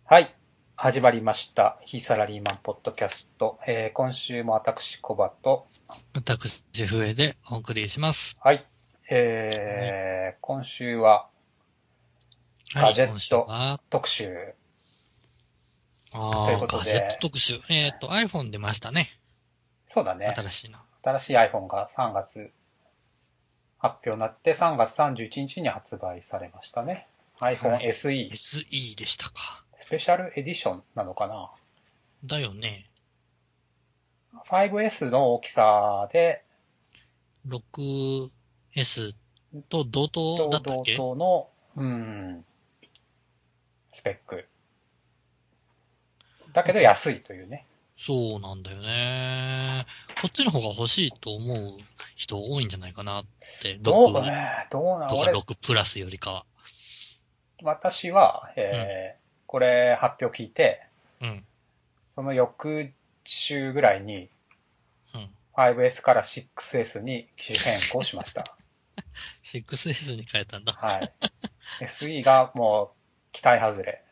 はい。始まりました。非サラリーマンポッドキャスト。今週も私、コバと、 私、笛でお送りします。 はい。 はい。 今週はガはい、 ジェッ今週トは、 特集ということガジェットで、 特集。iPhone 出ましたね。 そうだね。 新しいの。 新しい iPhone が3月発表になって3月31日に発売されましたね。iPhone はい。 SE。 SE でしたか。 スペシャルエディションなのかな？ だよね。 5S の大きさで、 6S と同等だったっ同け？ 等の、スペック。だけなんか、 ど安いというね。 そうなんだよね。こっちの方が欲しいと思う人多いんじゃないかなって。6 どうな、 とか俺、 6プラスよりかは。 私は、 うん。 これ発表聞いて、 うん。 その翌週ぐらいにうん。 5S から 6S に機種変更しました。 6S に変えたんだ。 はい。SE がもう期待外れ。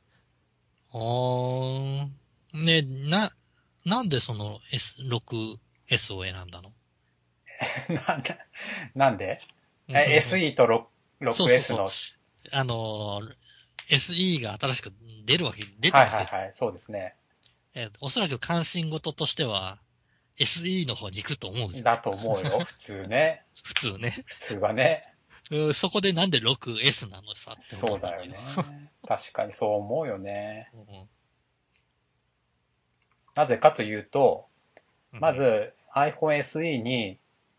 ね、なんでその 6S を選んだの？ なんで、なんでうんそうそう。 SE とそうそう 6S そう。 の、 あのSE が新しく出たわけです。 はいはいはい、そうですね。 おそらく関心事としては SE の方に行くと思うじだと思うよ、普通ね。 ゃん。普通ね。 普通はね。 そこでなんで 6S なのさって思そうだようわけよ。 ね。確かにそう思うよね。 うんうんなぜかというと、 うんまず iPhone SE に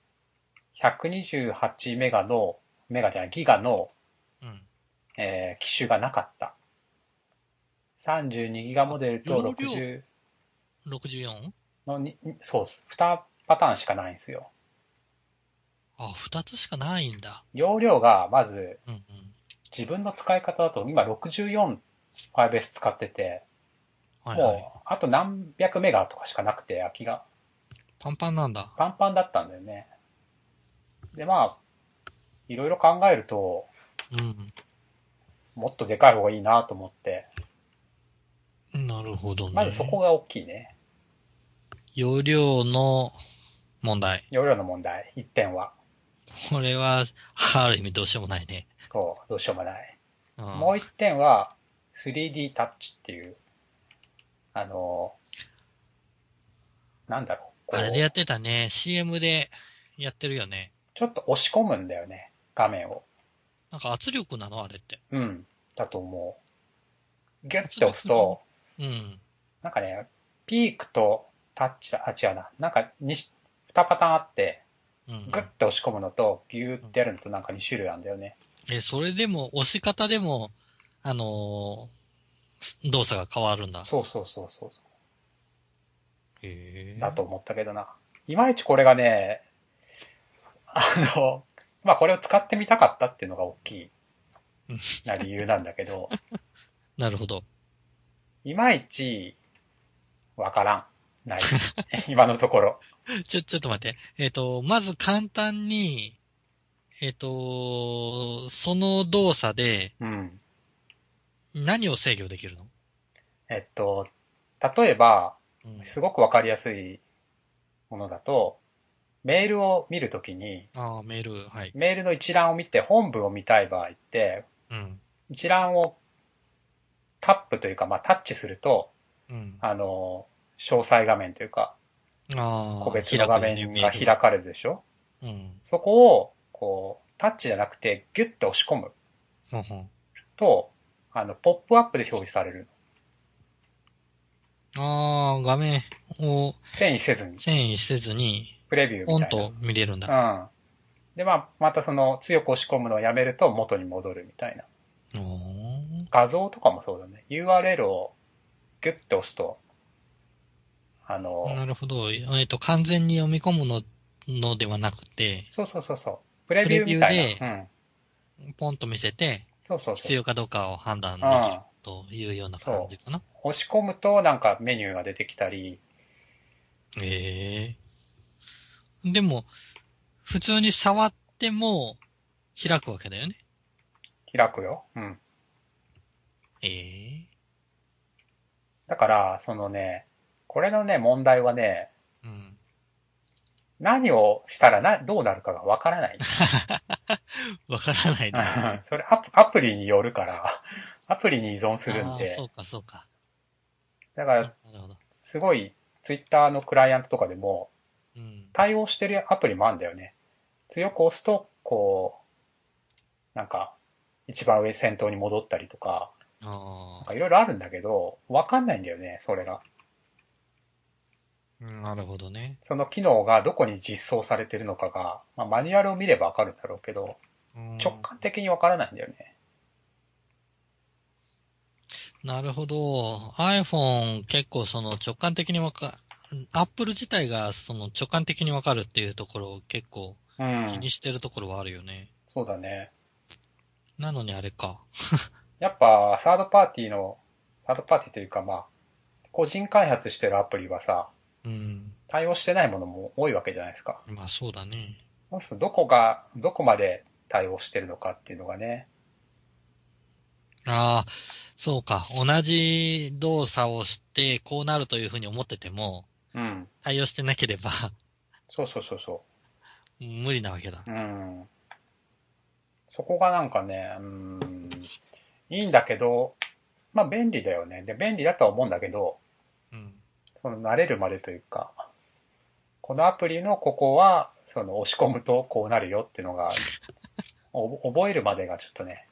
128メガの、メガじゃない、ギガの、 うん機種がなかった。32ギガモデルと容量 60 64？ のに、そうです。2パターンしかないんですよ。 あ、2つしかないんだ。 容量が、まず、 うんうん。 自分の使い方だと、今64 5S 使ってて、 はいはい。 もう、あと何百メガとかしかなくて、空きが。 パンパンなんだ。 パンパンだったんだよね。で、まあ、いろいろ考えると、 うん。 もっとでかい方がいいなと思って、 なるほどまずそこね。 が大きいね。 容量の問題。 容量の問題、一点は。 これは、ある意味どうしようもないね。 そう、どうしようもない。 うん。 もう一点は、3D タッチっていう、あの、なんだろう、 あれでやってたね。CM でやってるよね。 ちょっと押し込むんだよね、画面を。 なんか圧力なのあれって。 うん、だと思う。ギュッて押す圧力の、 と、 うん。 なんかね、ピークとタッチだ、違うな。なんか2パターンあって、 うんうん。 グッて押し込むのと、ギューっうんてやるのとなんか2種類あるんだよね。 それでも、押し方でも、あの動作が変わるんだ。 そうそうそうそう。 へえ。 だと思ったけどな。いまいちこれがね、あの、まあこれを使ってみたかったっていうのが大きいうん。 な理由なんだけど、 なるほど。 いまいちわからん。ない。今のところ。 ちょっと待って。まず簡単に、その動作でうん。 何を制御できるの？ えっと、例えば、 うん。 すごくわかりやすいものだと、メールを見るときに、 ああ、メール、はい。 メールの一覧を見て本文を見たい場合って、 うん。 一覧をタップというか、まあタッチすると、 うん。 あの、詳細画面というか、個ああ、 別の画開くよね、 面メールが。 が開かれるでしょ？ うん。 そこを、こう、タッチじゃなくて、ギュッと押し込むほんほん。 と、ポップアップで表示される。 ああ、画面を遷移せずに、 遷移せずに、 プレビューみたいポンと見れるんだ。 な。うん。で、まあ、またその、強く押し込むのをやめると元に戻るみたいな。 おー。 画像とかもそうだね。URL をギュッと押すと、あの、 なるほど。完全に読み込むのではなくて、 そうそうそうそう。プレプレビューみたいな。うビューで、 ん。 ポンと見せて、 そうそうそう。 必要かどうかを判断できるうん。 というような感そじかな。 う。押し込むとなんかメニューが出てきたり、 ええ。でも、普通に触っても開くわけだよね。 開くよ。うん。 ええ。 だから、そのね、これのね、問題はね、 うん。 何をしたらどうなるかがわからない。 わからないね。 それアプリによるから、アプリに依存するんああ、そで、 うか、そうか。 だから、 なるほど。 すごい、ツイッターのクライアントとかでも、 うん。 対応してるアプリもあるんだよね。強く押すと、こう、なんか、一番上先頭に戻ったりとか、なんああ、 かいろいろあるんだけど、わかんないんだよね、それが。 なるほどね。 その機能がどこに実装されてるのかが、まあ、マニュアルを見ればわかるんだろうけど、 うん。 直感的にわからないんだよね。 なるほど。iPhone 結構その直感的にApple 自体がその直感的にわかるっていうところを結構うん。 気にしてるところはあるよね。 そうだね。 なのにあれか。 やっぱ、サードパーティーというかまあ、個人開発してるアプリはさ、 うん。 対応してないものも多いわけじゃないですか。 まあそうだね。 そうするとどこまで対応してるのかっていうのがね。 ああ、そうか。同じ動作をしてこうなるというふうに思ってても、 うん。 対応してなければそうそうそうそ無理なわけだ。 う。うん。そこがなんかね、いいんだけど、まあ便利だよね。で、便利だとは思うんだけど、 うん。 その慣れるまでというか、このアプリのここは、その押し込むとこうなるよっていうのが、覚えるまでがちょっとね、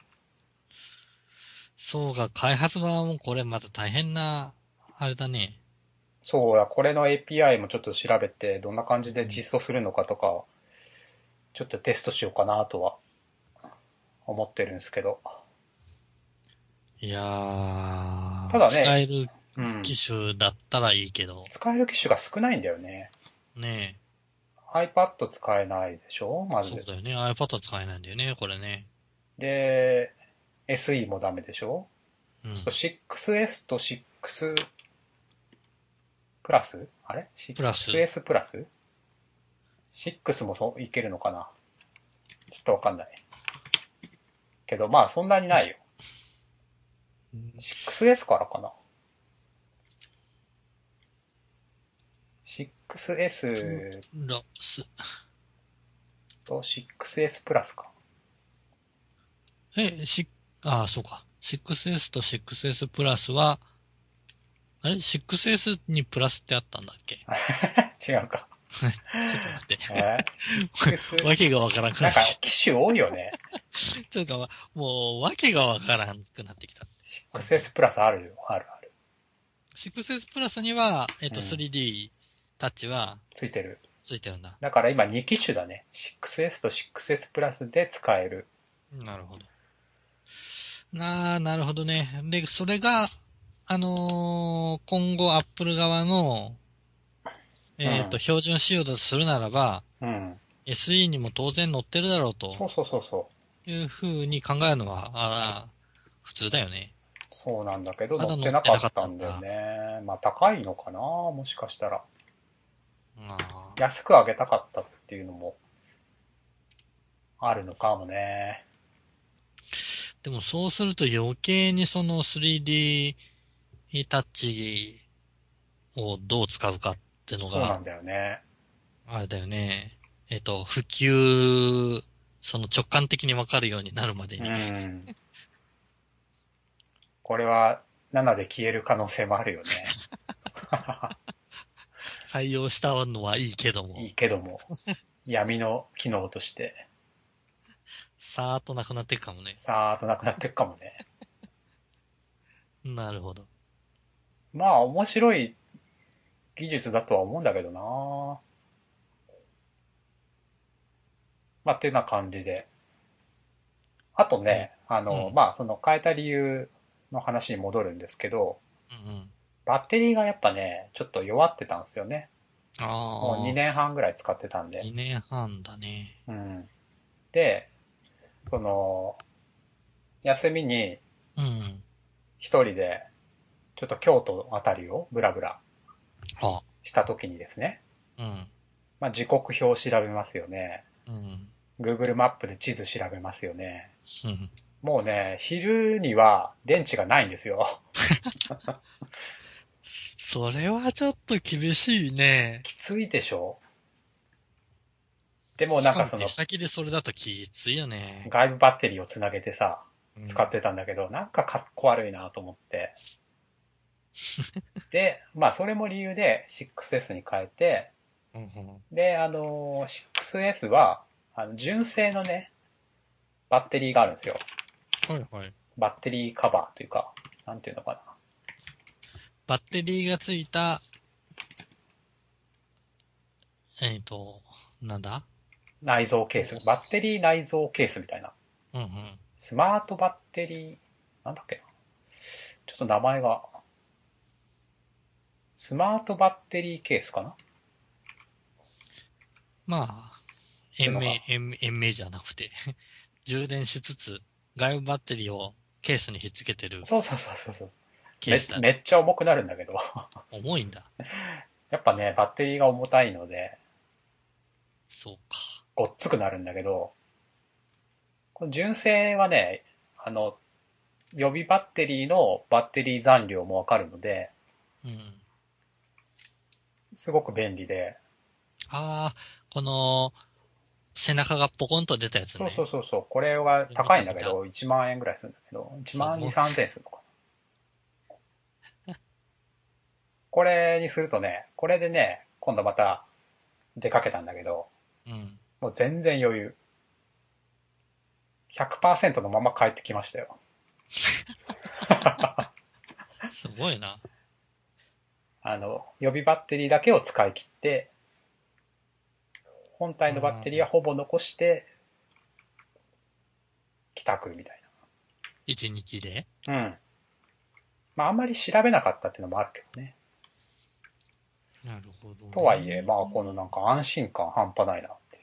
そうか、開発側もこれまた大変な、あれだね。 そうや、これの API もちょっと調べて、どんな感じでうん。 実装するのかとか、ちょっとテストしようかなとは思ってるんですけど。 いやー、 ただね、 使えるうん。 機種だったらいいけど、 使える機種が少ないんだよね。 ね iPad 使えないでしょえ。 まず。 そうだよね。iPad 使えないんだよね、これね。 で、SE もダメでしょうん。 そうすると 6S と6プラスあれプラス、 ?6S プラス ?6 もいけるのかなちょっとわかんない。けど、まあそんなにないよ。 うん、 6S からかな ?6S プラス。 と 6S プラスか。 え、そうか。6S と 6S プラスは、あれ ?6S にプラスってあったんだっけ？ 違うか。 ちょっと待って。 6、 わけがわからんくなってなんか機種多いよね。 きた。というか、もう、わけがわからんくなってきた。本当に。 6S プラスあるよ。あるある。 6S プラスには、 うん。 3D タッチはついてる。 ついてるんだ。 だから今2機種だね。6S と 6S プラスで使える。 なるほど。なるほどね。で、それが、今後アップル側の、 うん。 標準仕様だとするならば、 うん。 SE にも当然載ってるだろうとそうそうそうそう。 いうふうに考えるのは、普通だよね。 そうなんだけど、 まだ乗ってな載ってなかっかったんだよたんだ。 ね。まあ高いのかなもしかしたら。 ああ。 安く上げたかったっていうのもあるのかもね。 でもそうすると余計にその 3D タッチをどう使うかってのが、 そうなんだよね。 あれだよね。普及、その直感的にわかるようになるまでうに。 ん。これは7で消える可能性もあるよね。 採用したのはいいけども、 いいけども、闇の機能としてさーっとなくなっていくかもね。 さーっとなくなっていくかもね。 なるほど。 まあ面白い技術だとは思うんだけどな。まあってな感じで。あとえ、 ね、 うん。 まあその変えた理由の話に戻るんですけど、 うんうん。 バッテリーがやっぱね、ちょっと弱ってたんですよね。もうああ、 2年半ぐらい使ってたんで。 2年半だね。 うん。で、その、休みにうん。 一人で、ちょっと京都あたりをブラブラあ、 した時にですね、 うん。 まあ時刻表を調べますよね。 うん。 Google マップで地図調べますよね。 うん。 もうね、昼には電池がないんですよ。 それはちょっと厳しいね。 きついでしょ？でもしかもなんかその出先でそれだときついよね。 外部バッテリーをつなげてさ、 うん。 使ってたんだけど、なんかかっこ悪いなと思って。で、まあそれも理由で 6S に変えて、 うんうん。 で、6S は、純正のね、バッテリーがあるんですよ。 はいはい。 バッテリーカバーというか、なんていうのかな。 バッテリーがついた、えっと、なんだ内蔵ケース。 おバッテリー内蔵ケースみたいな。 うんうん。 スマートバッテリー、なんだっけな。ちょっと名前が、スマートバッテリーケースかなっまあ、 ていうのが。 延命じゃなくて充電しつつ、外部バッテリーをケースにひっつけてるそうそうそうそうそう。めケースだね。 っちゃ重くなるんだけど。 重いんだ。 やっぱね、バッテリーが重たいので、 そうか。 ごっつくなるんだけど、この純正はね、予備バッテリーのバッテリー残量もわかるので、 うん。 すごく便利で、 ああ、この、背中がポコンと出たやつそうそね。 うそうそう、これが見た見た。 高いんだけど、1万円ぐらいするんだけど、1 そう、 万2、 もう、 3000円するのかな。これにするとね、これでね、今度また出かけたんだけど、 うん。 もう全然余裕。100%のまま帰ってきましたよ。 すごいな。 予備バッテリーだけを使い切って、本う体のバッテリーはん。 ほぼ残して帰宅みたい一日でな。うん。まああんまり調べなかったっていうのもあるけどね。 なるほどとはいえ、 ね。 まあこのなんか安心感半端ないなっていう。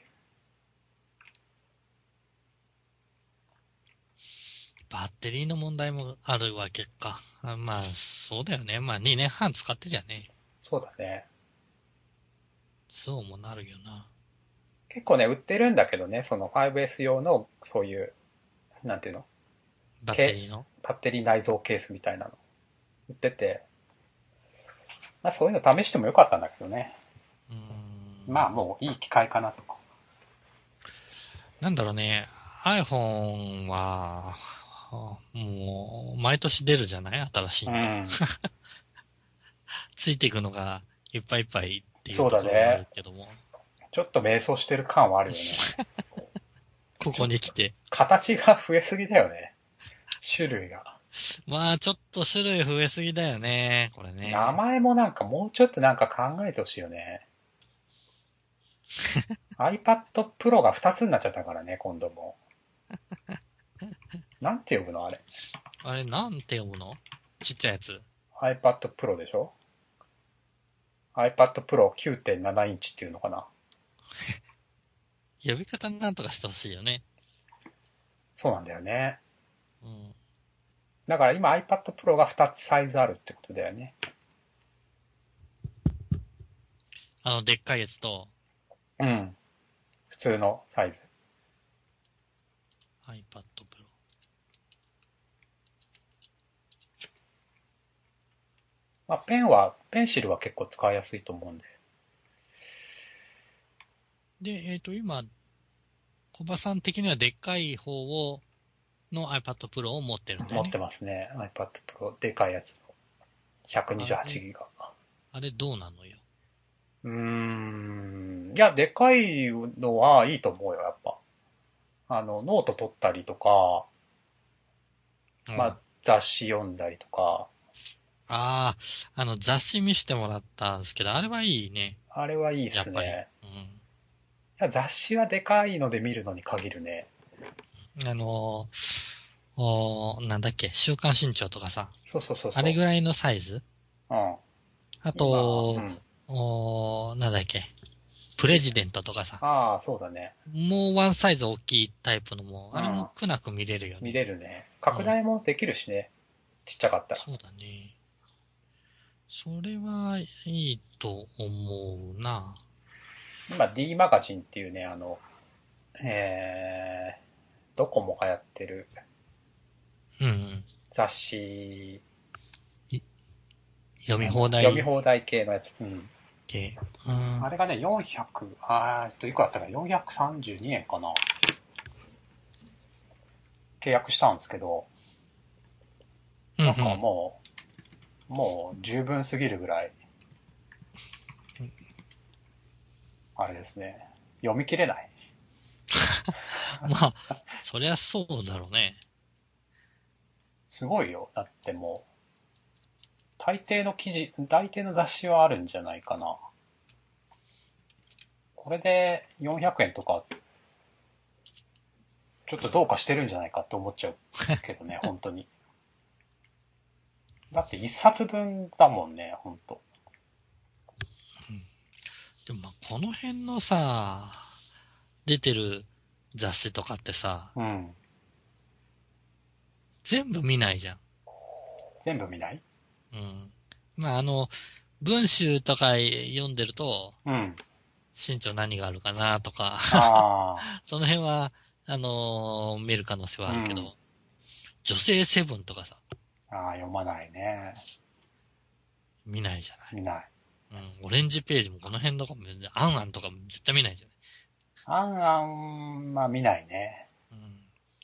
バッテリーの問題もあるわけか。まあ、そうだよね。まあ、2年半使ってりゃね。 そうだね。 そうもなるよな。 結構ね、売ってるんだけどね、その 5S 用のそういう、なんていうのバッテリーの。 バッテリー内蔵ケースみたいなの売ってて、まあそういうの試してもよかったんだけどね。 うーまあん。 もういい機会かなと。 なんだろうね。iPhone は、もう、毎年出るじゃない新しいのが。 うん。 ついていくのがいっぱいいっぱいっていうそうところはあだね。 るけども。 ちょっと迷走してる感はあるよね。 こちょっとこに来て。 形が増えすぎだよね。種類が。 まあ、ちょっと種類増えすぎだよね。これ名ね。 前もなんかもうちょっとなんか考えてほしいよね。iPad Pro が2つになっちゃったからね、今度も。なんて呼ぶのあれ。 あれ、なんて読むのちっちゃいやつ。 iPad Pro でしょ？ iPad Pro 9.7インチっていうのかな。 呼び方なんとかしてほしいよね。 そうなんだよね。 うん。 だから今 iPad Pro が2つサイズあるってことだよね。 でっかいやつとうん。普通のサイズ。 iPad Pro。 まあ、ペンシルは結構使いやすいと思うんで。 で、今、小葉さん的にはでっかい方の iPad Pro を持ってるんだよね。 持ってますね。iPad Pro。でかいやつの。128 あれ、 ギガ。 あれどうなのよ。 いや、でかいのはいいと思うよ、やっぱ。ノート取ったりとか、 うん。 まあ、雑誌読んだりとか、 ああ、雑誌見せてもらったんですけど、あれはいいね。 あれはいいっやっぱり。 すね。 ういや、雑誌はでかいので見るのに限るね。 ん。なんだっけ、週刊新潮とかさ、 そうそうそうあれそぐらいのサイズう。うん。 あ今、うと、 ん。 なんだっけ、プレジデントとかさ、 ああ、そうだね。 もうワンサイズ大きいタイプのも、あれもうん。 苦なく見れるよ見ね。 れるね。 うん。 拡大もできるしね。ちっちゃかったら。 そうだね。それはいいと思うな。 今 D マガジンっていうね、ドコモがやってるうん。 雑誌、 い、 読み放題読み放題系のやつ。うん。 系。 あれがね、400、いくらだったかな ?432 円かな。契約したんですけど、なんかもう十分すぎるぐらい、あれですね。読み切れない。 まあ、そりゃそうだろうね。 すごいよ。だってもう、大抵の雑誌はあるんじゃないかな。これで400円とか、ちょっとどうかしてるんじゃないかって思っちゃうけどね、本当に。だって一冊分だもんね、本当。 でもまあ、この辺のさ、出てる雑誌とかってさ、 うん。 全部見ないじゃん。 全部見ない？ うん。まあ、文集とか読んでると、 うん。 身長何があるかなとか、 あその辺は、見る可能性はあ、うあるけん。 ど、女性セブンとかさ、 ああ、読まないね。 見ないじゃ見ない。 ない。うん。オレンジページもこの辺とかも、アンアンとかも絶対見ないじゃあんあん、まあ見ないね。 ない。うん。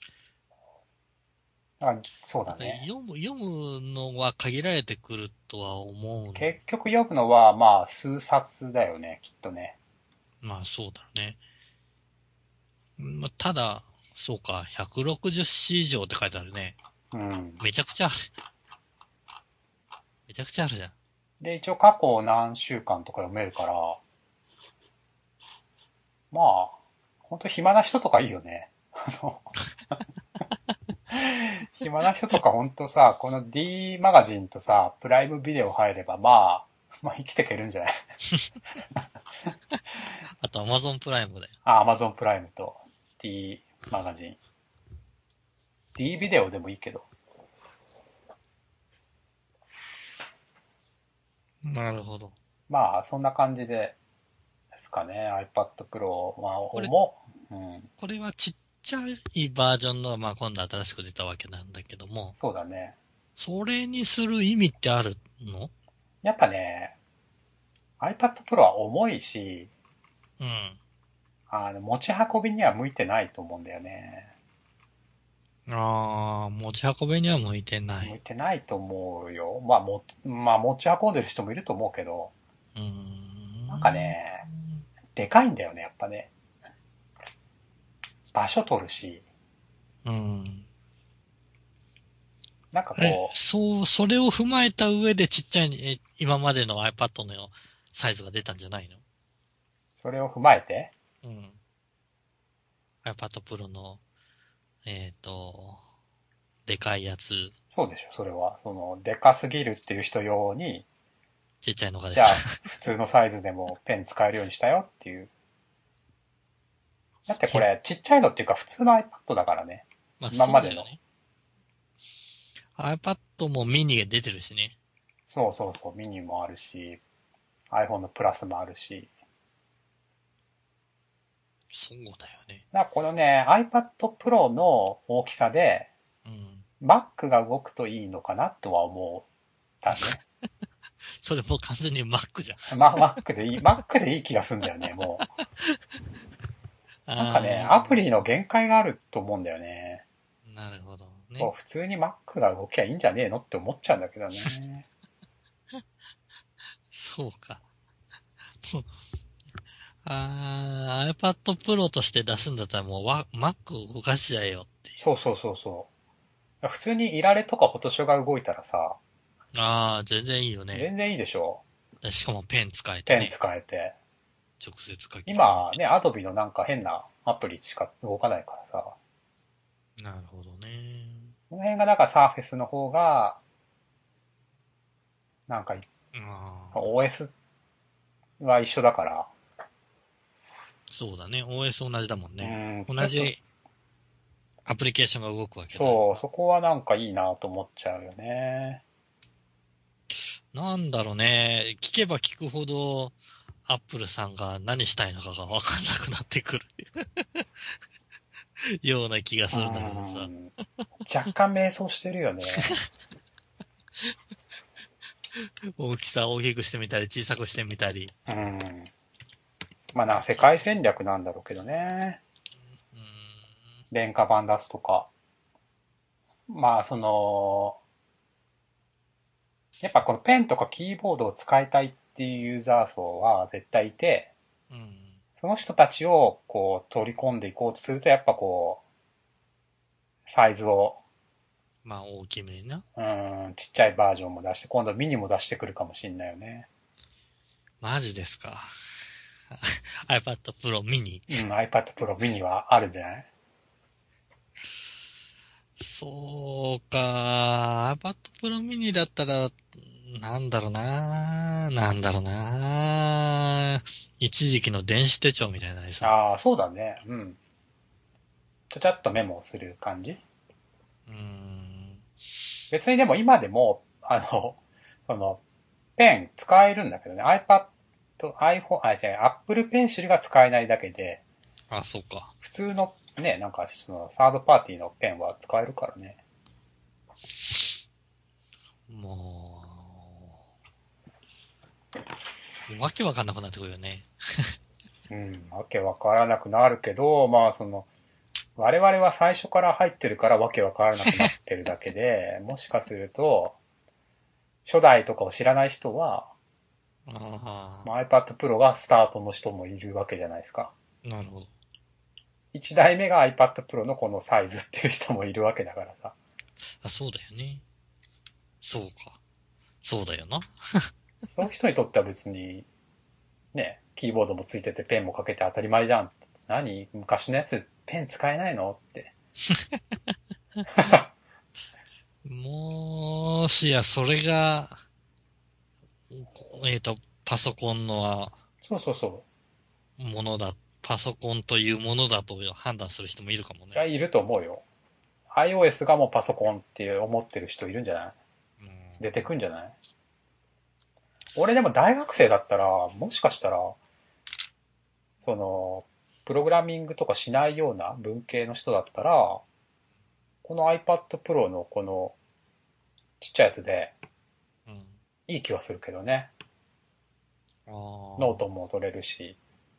そうだからだね。 読むのは限られてくるとは思う。 結局読むのは、まあ、数冊だよね、きっとね。 まあそうだろうね。まあ、ただ、そうか、160紙以上って書いてあるね。 うん。 めちゃくちゃある。めちゃくちゃあるじゃん。 で、一応過去何週間とか読めるから、まあ、ほんと暇な人とかいいよね。暇な人とかほんとさ、この D マガジンとさ、プライムビデオ入れば、まあ生きていけるんじゃない？ あとアマゾンプライムで。 あ、アマゾンプライムと D マガジン。D ビデオでもいいけど。 なるほど。 まあ、そんな感じですかね。iPad Pro、まあ、 これ、 うん。 これはちっちゃいバージョンの、まあ今度新しく出たわけなんだけども、 そうだね。 それにする意味ってあるの？ やっぱね、iPad Pro は重いし、 うん。 持ち運びには向いてないと思うんだよね。 ああ、持ち運びには向いてない。 向いてないと思うよ。まあ持ち運んでる人もいると思うけど、 うーなんかん。 ね、でかいんだよね、やっぱね。場所取るし、 うん。 なんかこう、 それを踏まえた上でちっちゃい、今までの iPad のサイズが出たんじゃないの？ それを踏まえて、 うん。iPad Pro の、えっと、でかいやつ、 そうでしょ、それは。でかすぎるっていう人用に、 ちっちゃいのが出た。 じゃあ、普通のサイズでもペン使えるようにしたよっていう。だってこれ、ちっちゃいのっていうか普通の iPad だからね。 まあ今までの。 そうだよね。iPad もミニが出てるしね。 そうそうそう、ミニもあるし、iPhone のプラスもあるし。 そうだよね。 だからこのね、iPad Pro の大きさで、 うん。 Mac が動くといいのかなとは思ったね。 それもう完全に Mac じゃん。 まあ、Mac でいい気がするんだよね、もう。なんかね、アプリの限界があると思うんだよね。 なるほどね。 そう、普通に Mac が動きゃいいんじゃねえのって思っちゃうんだけどね。 そうか。もうiPad Pro として出すんだったらもうMac を動かしちゃえよっていう。 そうそうそうそう。普通にいられとかフォトショーが動いたらさ、 ああ、全然いいよね。 全然いいでしょ？ しかもペン使えてペンね。 使えて。 直接書き込みで。 今ね、Adobe のなんか変なアプリしか動かないからさ。 なるほどね。 この辺がなんか Surface の方が、なんかああ、 OS は一緒だから、 そうだね。OS 同じだもんうね。 ん、ちょっと、 同じアプリケーションが動くわけだ。 そう、そこはなんかいいなと思っちゃうよね。 なんだろうね。聞けば聞くほど、アップルさんが何したいのかがわかんなくなってくるような気がうするんだけどさ。 ん、若干迷走してるよね。 大きさを大きくしてみたり、小さくしてみたり。 うん。まあな、世界戦略なんだろうけどね。 うーん。 廉価版出すとか。まあその、やっぱこのペンとかキーボードを使いたいっていうユーザー層は絶対いて、 うん。 その人たちをこう取り込んでいこうとすると、やっぱこう、サイズを、 まあ、大きめな。 ちっちゃいバージョンも出して、今度ミニも出してくるかもしんないよね。 マジですか。iPad Pro mini。 iPad Pro mini はあるんじゃない？ そうか。iPad Pro mini だったら、なんだろうな。一時期の電子手帳みたいなさ。 ああ、そうだね。ちゃちゃっとメモをする感じ。 うーん。 別にでも今でも、その、ペン使えるんだけどね。iPad、iPhone、違う、Apple Pencil が使えないだけで、 あ、そうか。 普通のね、なんかそのサードパーティーのペンは使えるからね。 もわけわかんなくなってくるよね。 わけわからなくなるけど、まあその、我々は最初から入ってるからわけわからなくなってるだけで、もしかすると、初代とかを知らない人は、 あまあ、iPad Pro がスタートの人もいるわけじゃないですか。 あ、なるほど。 1代目が iPad Pro のこのサイズっていう人もいるわけだからさ。 あ、そうだよね。そうか。そうだよな。 そういう人にとっては別に、ね、キーボードもついててペンもかけて当たり前じゃん。何昔のやつペン使えないのって。 もしや、それが、パソコンのそうそうそものだ、パソコンというものだと判断する人もいるかもう。いや、 ね。 いると思うよ。iOS がもうパソコンって思ってる人いるんじゃない？ うん。 出てくんじゃない？俺でも大学生だったら、もしかしたら、その、プログラミングとかしないような文系の人だったら、この iPad Pro のこのちっちゃいやつでうん。 いい気はするけどね。 ああ。 ノートも取れるし、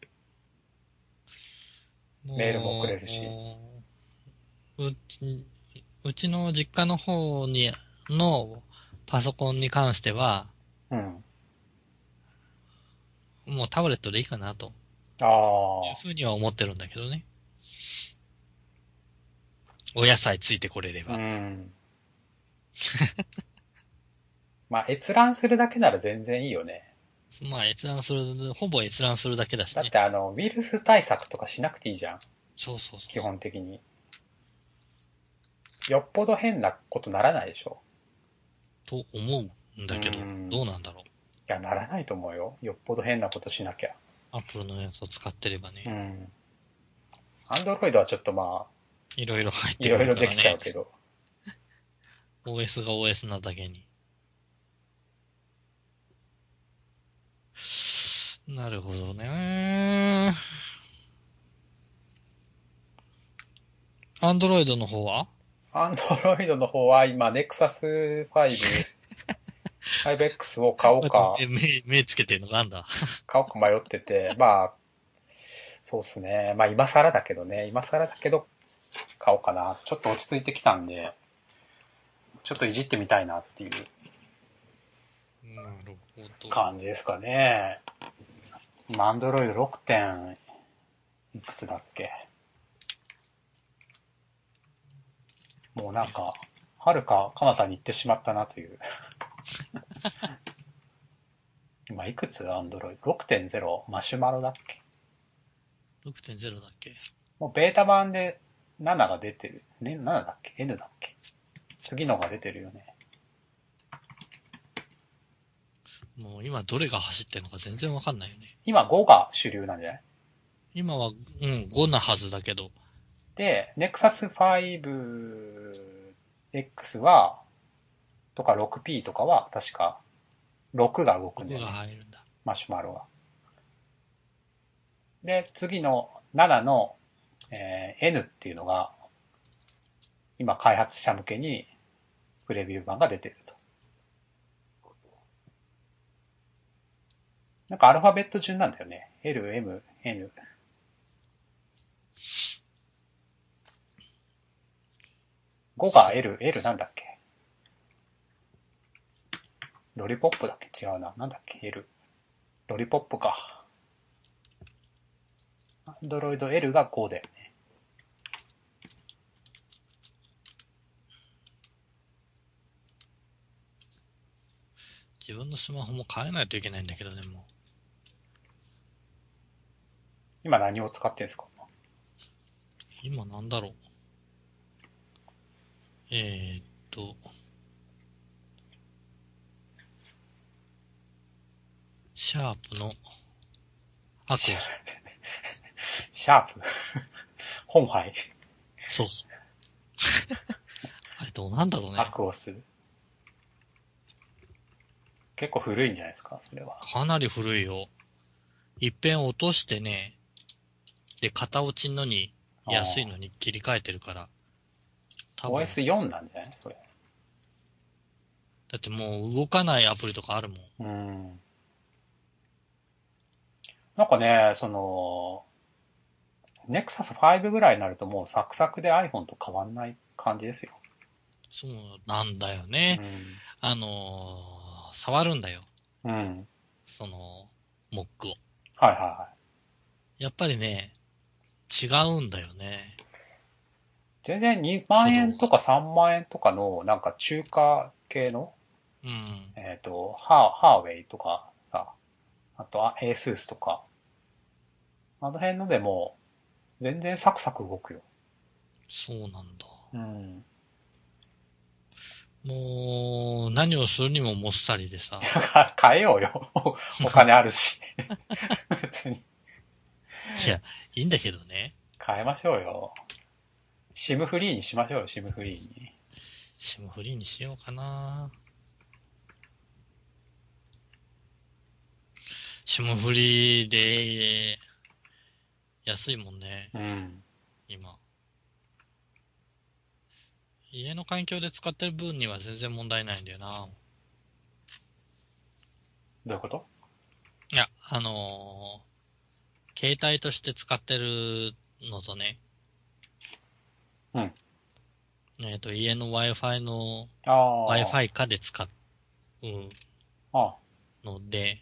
メールも送もれるし。 うち、うちの実家の方のパソコンに関しては、 うん。 もうタブレットでいいかなとああ、 いうふうには思ってるんだけどね。お野菜ついてこれれうば。 ん。まあ閲覧するだけなら全然いいよね。 まあほぼ閲覧するだけだしね。 だってウイルス対策とかしなくていいじゃん。 そうそうそう基そう。 本的に。よっぽど変なことならないでしょ。 と思うんうだけど、 ん。いどうなんだろう。 や、ならないと思うよ。よっぽど変なことしなきゃ。 アップルのやつを使ってればね。 うん。アンドロイドはちょっとまあ、 いろいろ入ってくいろいろできちゃうるからね。 けど。 OS が OS なだけに。なるほどね。アンドロイドの方はアンドロイドの方は今、Nexus 5、5X を買おう待って、 か、 目つけてるのがあんだ。 買おうか迷ってて、まあ、そうっすね。まあ今更だけどね、今更だけど買おうかな。ちょっと落ち着いてきたんで、ちょっといじってみたいなっていうなるほど。 感じですかね。今、Android 6. 点いくつだっけ？もうなんか、はるか彼方に行ってしまったなという。今いくつ Android？ 6.0 マシュマロだっけ？ 6.0 だっけ？ もうベータ版で7が出てる。ね、7だっけ？ N だっけ？次のが出てるよね。 もう今どれが走ってるのか全然わかんないよね。 今5が主流なんじゃない？ 今は、5なはずだけど。 で、Nexus 5X は、とか 6P とかは、確か6が動くんだ 6がよね。 入るんだ。 マシュマロが。で、次の7の、N っていうのが、今開発者向けにプレビュー版が出てると。 なんかアルファベット順なんだよね。L、M、N。5が L なんだっけ？ロリポップだっけ？違うな。なんだっけ？ L。ロリポップか。アンドロイド L が5だよね。 自分のスマホも変えないといけないんだけどね、もう。 今何を使ってんですか？ 今なんだろう。シャープのアクオス。 シャープ本杯そうそう。あれどうなんだろうね。 アクオス。結構古いんじゃないですか、それは。 かなり古いよ。一遍落としてね、で、型落ちのに、安いのに切り替えてるから。多分。 OS4 なんじゃないそれ。 だってもう動かないアプリとかあるもん。 なんかね、Nexus 5ぐらいになるともうサクサクで iPhone と変わんない感じですよ。 そうなんだよね。触るんだよ。 うん。 その、モックを。 はいはいはい。 やっぱりね、違うんだよね。 全然2万円とか3万円とかのなんか中華系の、 うん。 ハーウェイとかさ、あとASUS とか、あの辺のでも全然サクサク動くよ。 そうなんだ。 うん。 もう、何をするにももっさりでさ。 変えようよ。お金あるし。別に。 いや、いいんだけどね。 変えましょうよ。シムフリーにしましょうよ、シムフリーに。 シムフリーにしようかな。シムフリーで、安いもんね。 うん。 今。家の環境で使ってる分には全然問題ないんだよな。 どういうこと？ いや、携帯として使ってるのとね。 うん。 家の Wi-Fi の、 あ Wi-Fi 化で使うあ。 ので、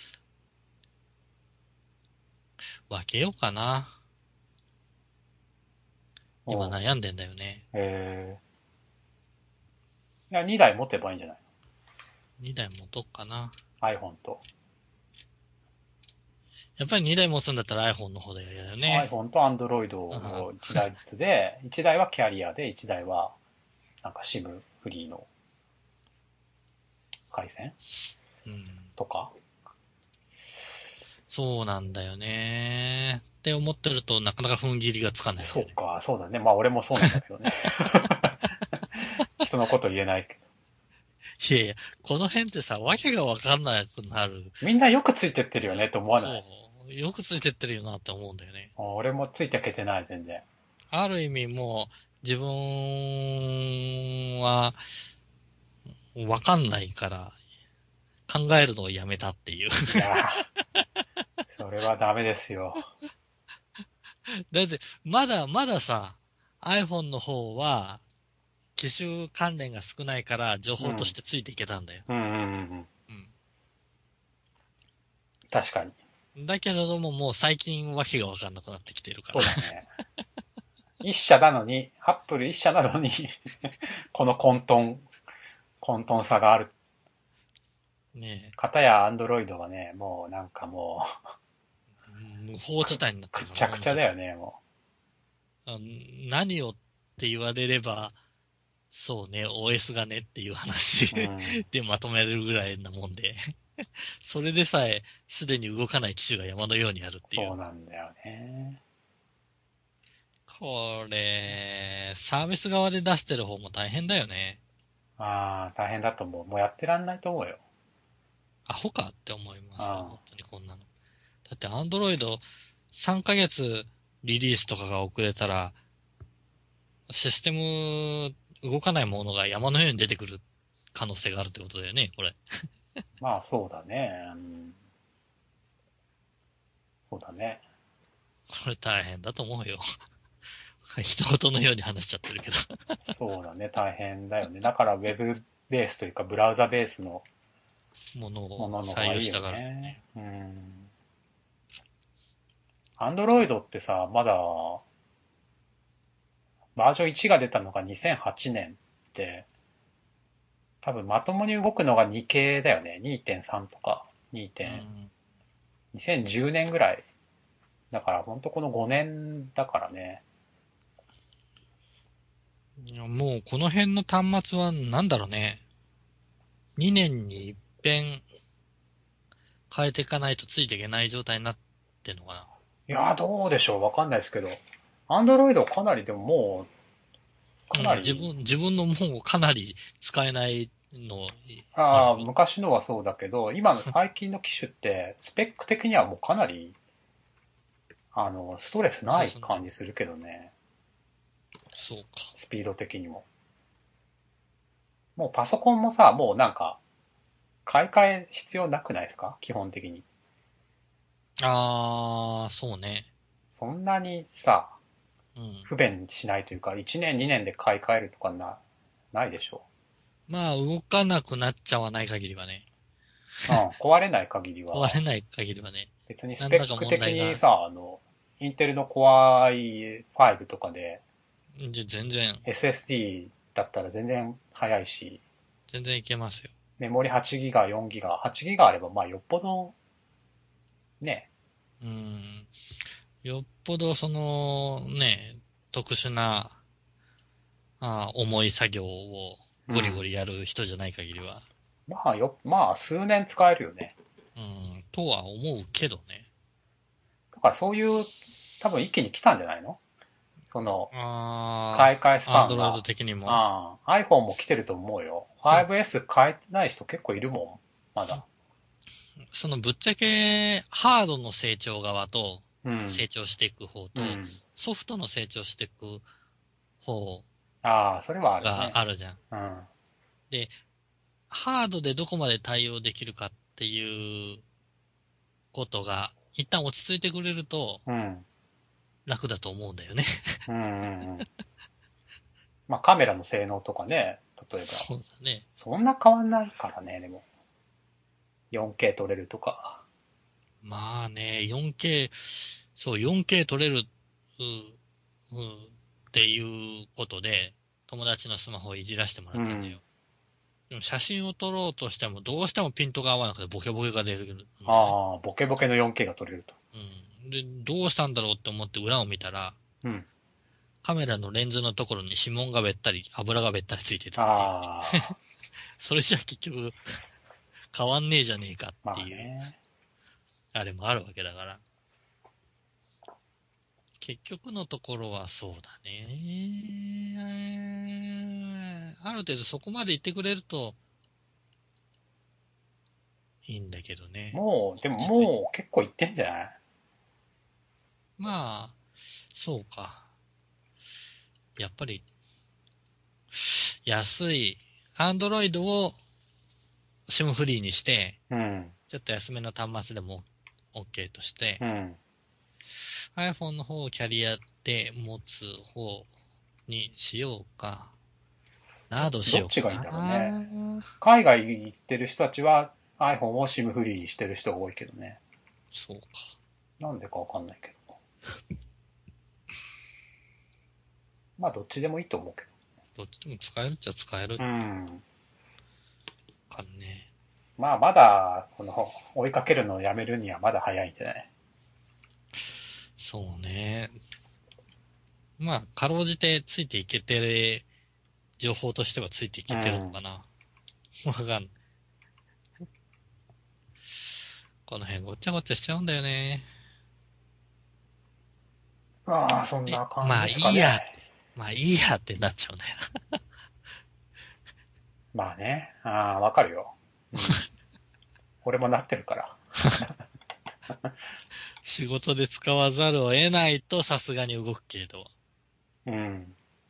分けようかな。今悩んでんだよね。 いや、2台持てばいいんじゃない 2台持とっかな。 の？ iPhone と。 やっぱり2台持つんだったら iPhone の方だよね。 iPhone と Android を1台ずつで、1台はキャリアで、1台はなんか SIM フリーの回線とか。 そうなんだよね。って思ってるとなかなか踏ん切りがつかないんだよね。 そうか、そうだね。まあ俺もそうなんだけどね。人のこと言えないけど。 いやいや、この辺ってさ、わけがわかんなくなる。 みんなよくついてってるよねと思わない？ そう。よくついてってるよなって思うんだよね。 俺もついていけてない、全然。 ある意味もう、自分は、わかんないから、考えるのをやめたっていう。 いやそれはダメですよ。 だって、まださ、iPhone の方は、機種関連が少ないから情報としてついていけたんだよ。 うん。確かに。 だけれどももう最近わけがわかんなくなってきてるから。 そうだね。一社なのに、アップル一社なのにこの混沌さがある。 ねかたやアンドロイドはね、もうなんかも無法地帯になってるくっちゃくちゃだよね、も何をって言われれば、そうね、OS がねっていう話でまとめるぐらいなもんで。それでさえ、すでに動かない機種が山のようにあるっていう。 そうなんだよね。 これ、サービス側で出してる方も大変だよね。 ああ、大変だと思う。もうやってらんないと思うよ。 アホかって思いますよ、本当にこんなの。だって Android 3ヶ月リリースとかが遅れたら、システム動かないものが山のように出てくる可能性があるってことだよね、これ。 まあそうだね。 そうだね。 これ大変だと思うよ。人事のように話しちゃってるけど。 そうだね、大変だよね。だからウェブベースというかブラウザベースのものをものの方採がいいよ用したからね。 ね。 うん。アンドロイドってさ、まだバージョン1が出たのが2008年って、多分まともに動くのが2系だよね。2.3とか2. うん。 2010年ぐらい。だからほんとこの5年だからね。 いやもうこの辺の端末はなんだろうね。2年に一遍変えていかないとついていけない状態になってんのかな。 いやーどうでしょうわかんないですけど。アンドロイドかなりでももう、 うん、 かなり、 自分のもうかなり使えないのあるああ、 よ。 昔のはそうだけど、今の最近の機種って、スペック的にはもうかなり、ストレスない進んでる。 感じするけどね。 そうか。 スピード的にも。もうパソコンもさ、もうなんか、買い替え必要なくないですか基本的に。 あー、そうね。 そんなにさ、 うん。 不便しないというか、1年2年で買い替えるとかないでしょまあ、動かなくなっちゃわない限りはね。 う。うん、壊れない限りは、 壊れない限りはね。 別にス何らかペック問題が、 的にさ、インテルの Core i5 とかで全然、 SSD だったら全然早いし、 全然いけますよ。 メモリ8ギガ、4ギガ、8ギガあれば、まあよっぽど、ね、 うん。よっぽどその、ね、特殊な、重い作業をゴリゴうん。 リやる人じゃない限りは、 まあ数年使えるよね。 うん、とは思うけどね。 だからそういう、多分一気に来たんじゃないのその、 あ買い替えスアンドロイドパンが。 的にも、 ああ、iPhone も来てると思うよ。 その、 5S 変えてない人結構いるもん。まだ。 そのぶっちゃけ、ハードの成長側と、 うん。 成長していく方と、 うん。 ソフトの成長していく方ああ、それはあるがね。 あるじゃん。 うん。 で、ハードでどこまで対応できるかっていうことが、一旦落ち着いてくれるとうん。 楽だと思うんだよね。 うんうんうん。まあカメラの性能とかね、例えば。 そうだね。 そんな変わんないからね、でも。4K 撮れるとか。 まあね、4K、そう、4K 撮れる、っていうことで、友達のスマホをいじらせてもらうん。 ったんだよ。でも写真を撮ろうとしても、どうしてもピントが合わなくてボケボケが出るんだよね。 ああ、ボケボケの 4K が撮れると。 うん。で、どうしたんだろうって思って裏を見たら、 うん。 カメラのレンズのところに指紋がべったり、油がべったりついてたっていう。 ああ、 それじゃ結局変わんねえじゃねえかってまあいう、 ね。 あれもあるわけだから。結局のところはそうだね。ある程度そこまで言ってくれるといいんだけどね。 でも落ち着いて。 もう結構いってんじゃない？ まあ、そうか。やっぱり、安い、アンドロイドを SIM フリーにして、 うん。 ちょっと安めの端末でも OK として、 うん。 iPhone の方をキャリアで持つ方にしようか。どうしようかどっちがいいんだろうね。 な。 海外行ってる人たちは iPhone を SIM フリーにしてる人が多いけどね。 そうか。 なんでかわかんないけど。まあどっちでもいいと思うけどっちでも使えるっちゃ使えるど。うん。 かね。 まあまだ、追いかけるのをやめるにはまだ早いんじゃない？ そうね。まあ、かろうじてついていけてる、情報としてはついていけてるのうん。 かな。わかんない。この辺ごっちゃごっちゃしちゃうんだよね。 まあそんで、 な感じでまあいすかね。 いやって、まあいいやってなっちゃうんだよ。 まあね。ああ、わかるよ。うん。俺もなってるから。 仕事で使わざるを得ないとさすがに動くけど。 うん。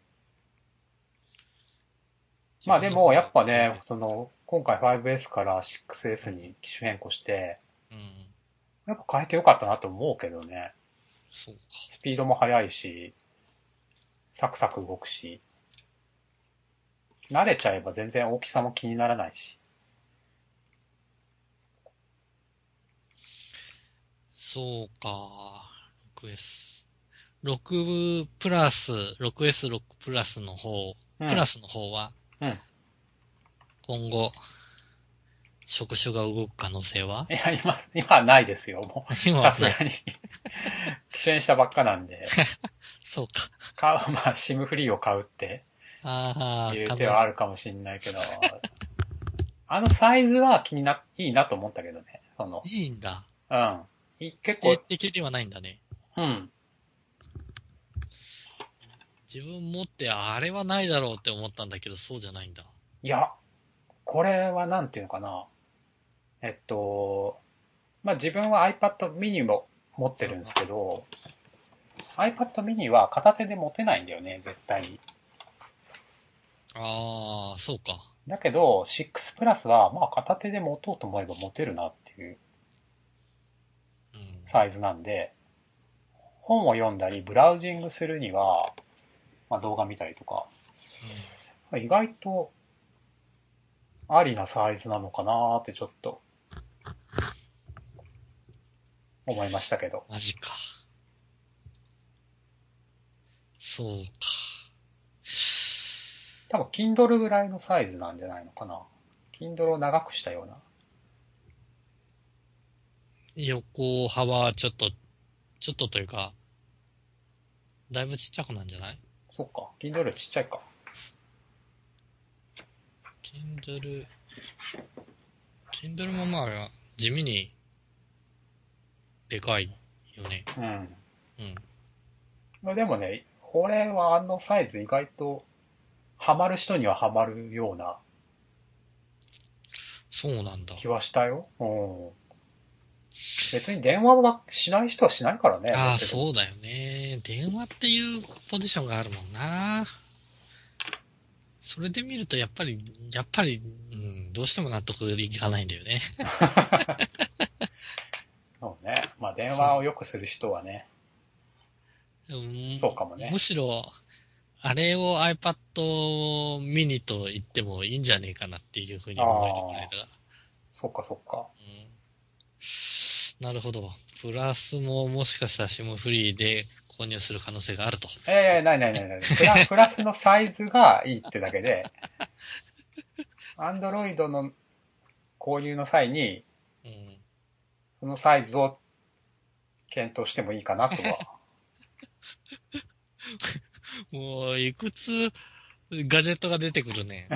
自分の方まあでも、やっがプライベぱね、 ート。 今回 5S から 6S に機種変更して、 うん。 やっぱ変えてよかったなと思うけどね。 そうか。 スピードも速いし、サクサク動くし、慣れちゃえば全然大きさも気にならないし。 そうか。6S。6プラス、6S6 プラスの方、 うん。 プラスの方は、 うん。 今後、触手が動く可能性は？ いや、今はないですよ。もう、 今はない。 さすがに機種にしたばっかなんで、 そうか。 まあ、シムフリーを買うってああ、 いう手可能性。 はあるかもしんないけど、あのサイズはいいなと思ったけどね。 いいんだ。 うん。結否定構、 的ではないんだね。 うん。 自分持ってあれはないだろうって思ったんだけど、そうじゃないんだ。 いや、これはなんていうのかな。えっと、まあ自分は iPad mini も持ってるんですけど、iPad mini は片手で持てないんだよね、絶対に。 ああ、そうか。 だけど、6プラスは、まあ片手で持とうと思えば持てるなっていううん。 サイズなんで、本を読んだり、ブラウジングするには、まあ動画見たりとか、 うん。 意外とありなサイズなのかなーってちょっと思いましたけど。 マジか。そうか。 多分 Kindle ぐらいのサイズなんじゃないのかな。Kindle を長くしたような。 横幅ちょっとというか、だいぶちっちゃくなんじゃない？ そっか。Kindle よりちっちゃいか。 Kindle、Kindle もまあ、地味にでかいよね。 うん。 うん。 まあでもね、俺はあのサイズ意外とハマる人にはハマるようなそうなんだ。 気はしたよ。うん。別に電話はしない人はしないからね、持ああ、 ってても。 そうだよね。電話っていうポジションがあるもんな。それで見るとやっぱり、うん、どうしても納得いかないんだよね。 そうね。まあ電そう。 話をよくする人はね、 うん、 そうかもね。 むしろ、あれを iPad mini と言ってもいいんじゃねえかなっていうふうあに思えてくらいあ、 だが。 そっかそっか。 うん、なるほど。プラスももしかしたら SIM フリーで購入する可能性があると。 ないないないない。プラスのサイズがいいってだけで、Android の購入の際に、 うん、 そのサイズを検討してもいいかなとは。 もう、いくつガジェットが出てくるね。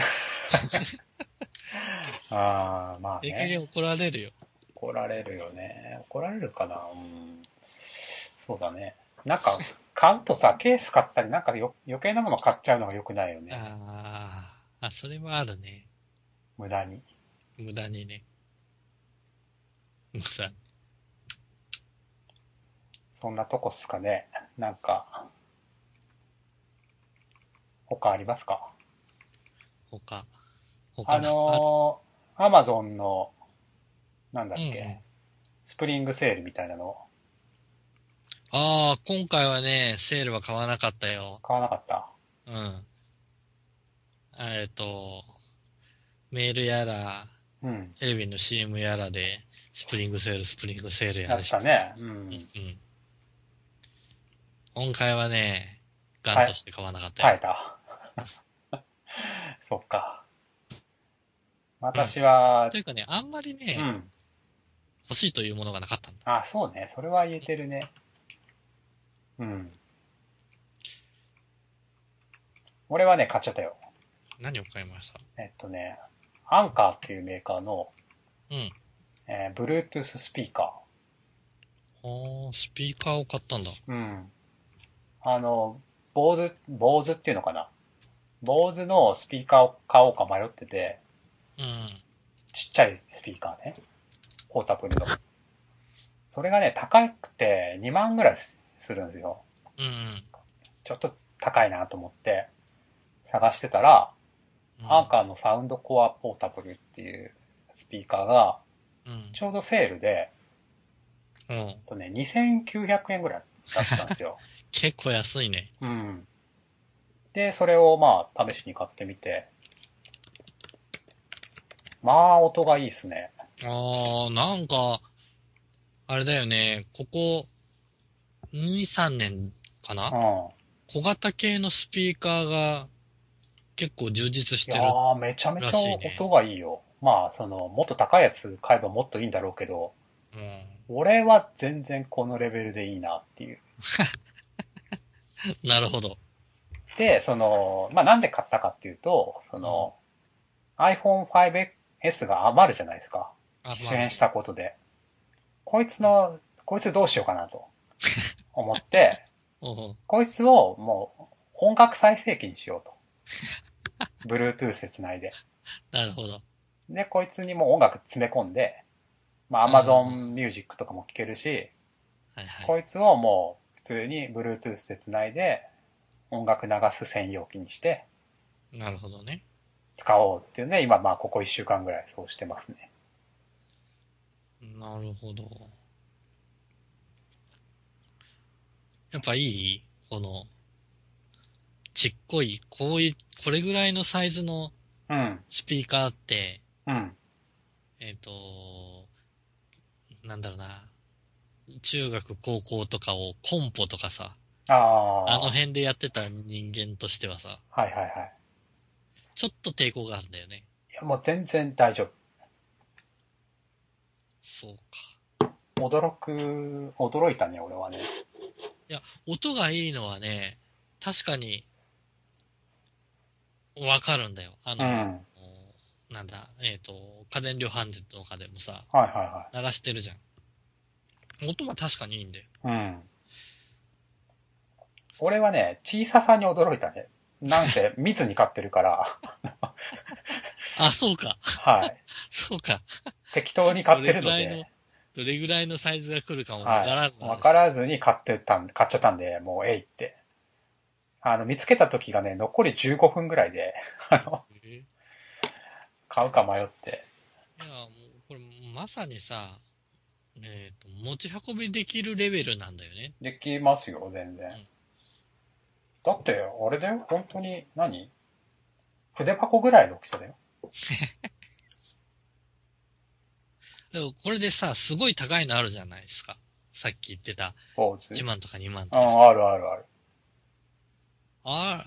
ああ、まあね。 いい加減怒られるよ。 怒られるよね。怒られるかな。うん。そうだね。なんか、買うとさ、ケース買ったり、なんか余計なもの買っちゃうのが良くないよね。 それはあるね。 無駄に。 無駄にね。無駄。 そんなとこっすかね。なんか、他ありますか？ 他、 あ他な、あ、 のアマゾンの、なんだうんうん。 っけ、スプリングセールみたいなのああ、今回はね、セールは買わなかったよ。 買わなかった？ うん。えっと、メールやら、 うん。 テレビの CM やらで、スプリングセールややらしてた。 ったね。ううんん。 うん。今回はね、ガン耐え、 として買わなかったよ。 耐えた。そっか。 うん。 私は、 というかね、あんまりね、 うん。 欲しいというものがなかったんだ。 あ、そうね。それは言えてるね。うん。俺はね、買っちゃったよ。 何を買いました？ アンカーっていうメーカーの、 うん。 Bluetooth スピーカスピーカーを買ったんだ。 ー。うん。あの、坊主っていうのかな。坊主のスピーカーを買おうか迷ってて、 うん。 ちっちゃいスピーカーね。ポータブルの。それがね、高くて2万ぐらいするんですよ。 うん。 ちょっと高いなと思って探してたら、 うん。 アンカーのサウンドコアポータブルっていうスピーカーがうん。 ちょうどセールで、 うん。 2900円ぐらいだったんですよ。 結構安いね。 うん。で、それをまあ、試しに買ってみて、まあ、音がいいっすね。 ああ、なんか、あれだよね。ここ2、3年かな、 うん。 小型系のスピーカーが結構充実しいやてるー、めちゃめらちゃ音しいね。 がいいよ。まあ、もっと高いやつ買えばもっといいんだろうけど、 うん。 俺は全然このレベルでいいなっていう。 なるほど。 で、まあ、なんで買ったかっていうと、 うん。 iPhone 5S が余るじゃないですか。 あ、まあね。 機種変したことで。 うん。 こいつどうしようかなと思って、 おう。 こいつをもう音楽再生機にしようと。Bluetooth で繋いで。 なるほど。 で、こいつにもう音楽詰め込んで、まあうんうんうん。 Amazon Music とかも聴けるし、 はいはい。 こいつをもう普通に Bluetooth で繋いで音楽流す専用機にしてなるほどね。 使おうっていうね、今まあここ1週間ぐらいそうしてますね。 なるほど。やっぱいいこの、ちっこい、こういう、これぐらいのサイズのうん。 スピーカーって、 うん。 えっと、なんだろうな。中学、高校とかをコンポとかさ、 ああのあ、 辺でやってた人間としてはさ、 はいはいはい。 ちょっと抵抗があるんだよね。 いやもう全然大丈夫。 そうか。 驚いたね、俺はね。 いや、音がいいのはね、確かにわかるんだよ。 うん。 なんだ、家電量販店とかでもさ、 はいは流してるじゃん。音は確かにいいんだよ。 いはい。うん。俺はね、小ささに驚いたね。なんせ密に買ってるから、 あ、そうか。 はい。 そうか。 適当に買どってれぐらいの、 るので、 どれぐらいのサイズが来るかもわはい。 からずあわるし。 からずに買っちゃったんで、もうえいって。見つけた時がね、残り15分ぐらいで、 え買うか迷って。 いや、もう、これ、まさにさ、持ち運びできるレベルなんだよね。 できますよ、全然。 うん。 だって、あれだよ、本当に筆箱ぐらいの大きさだよ。 でもこれでさ、すごい高いのあるじゃないですか。さっき言ってたポーズ。 1万とか2万うん、 とかさ。 あるあるある。 あ、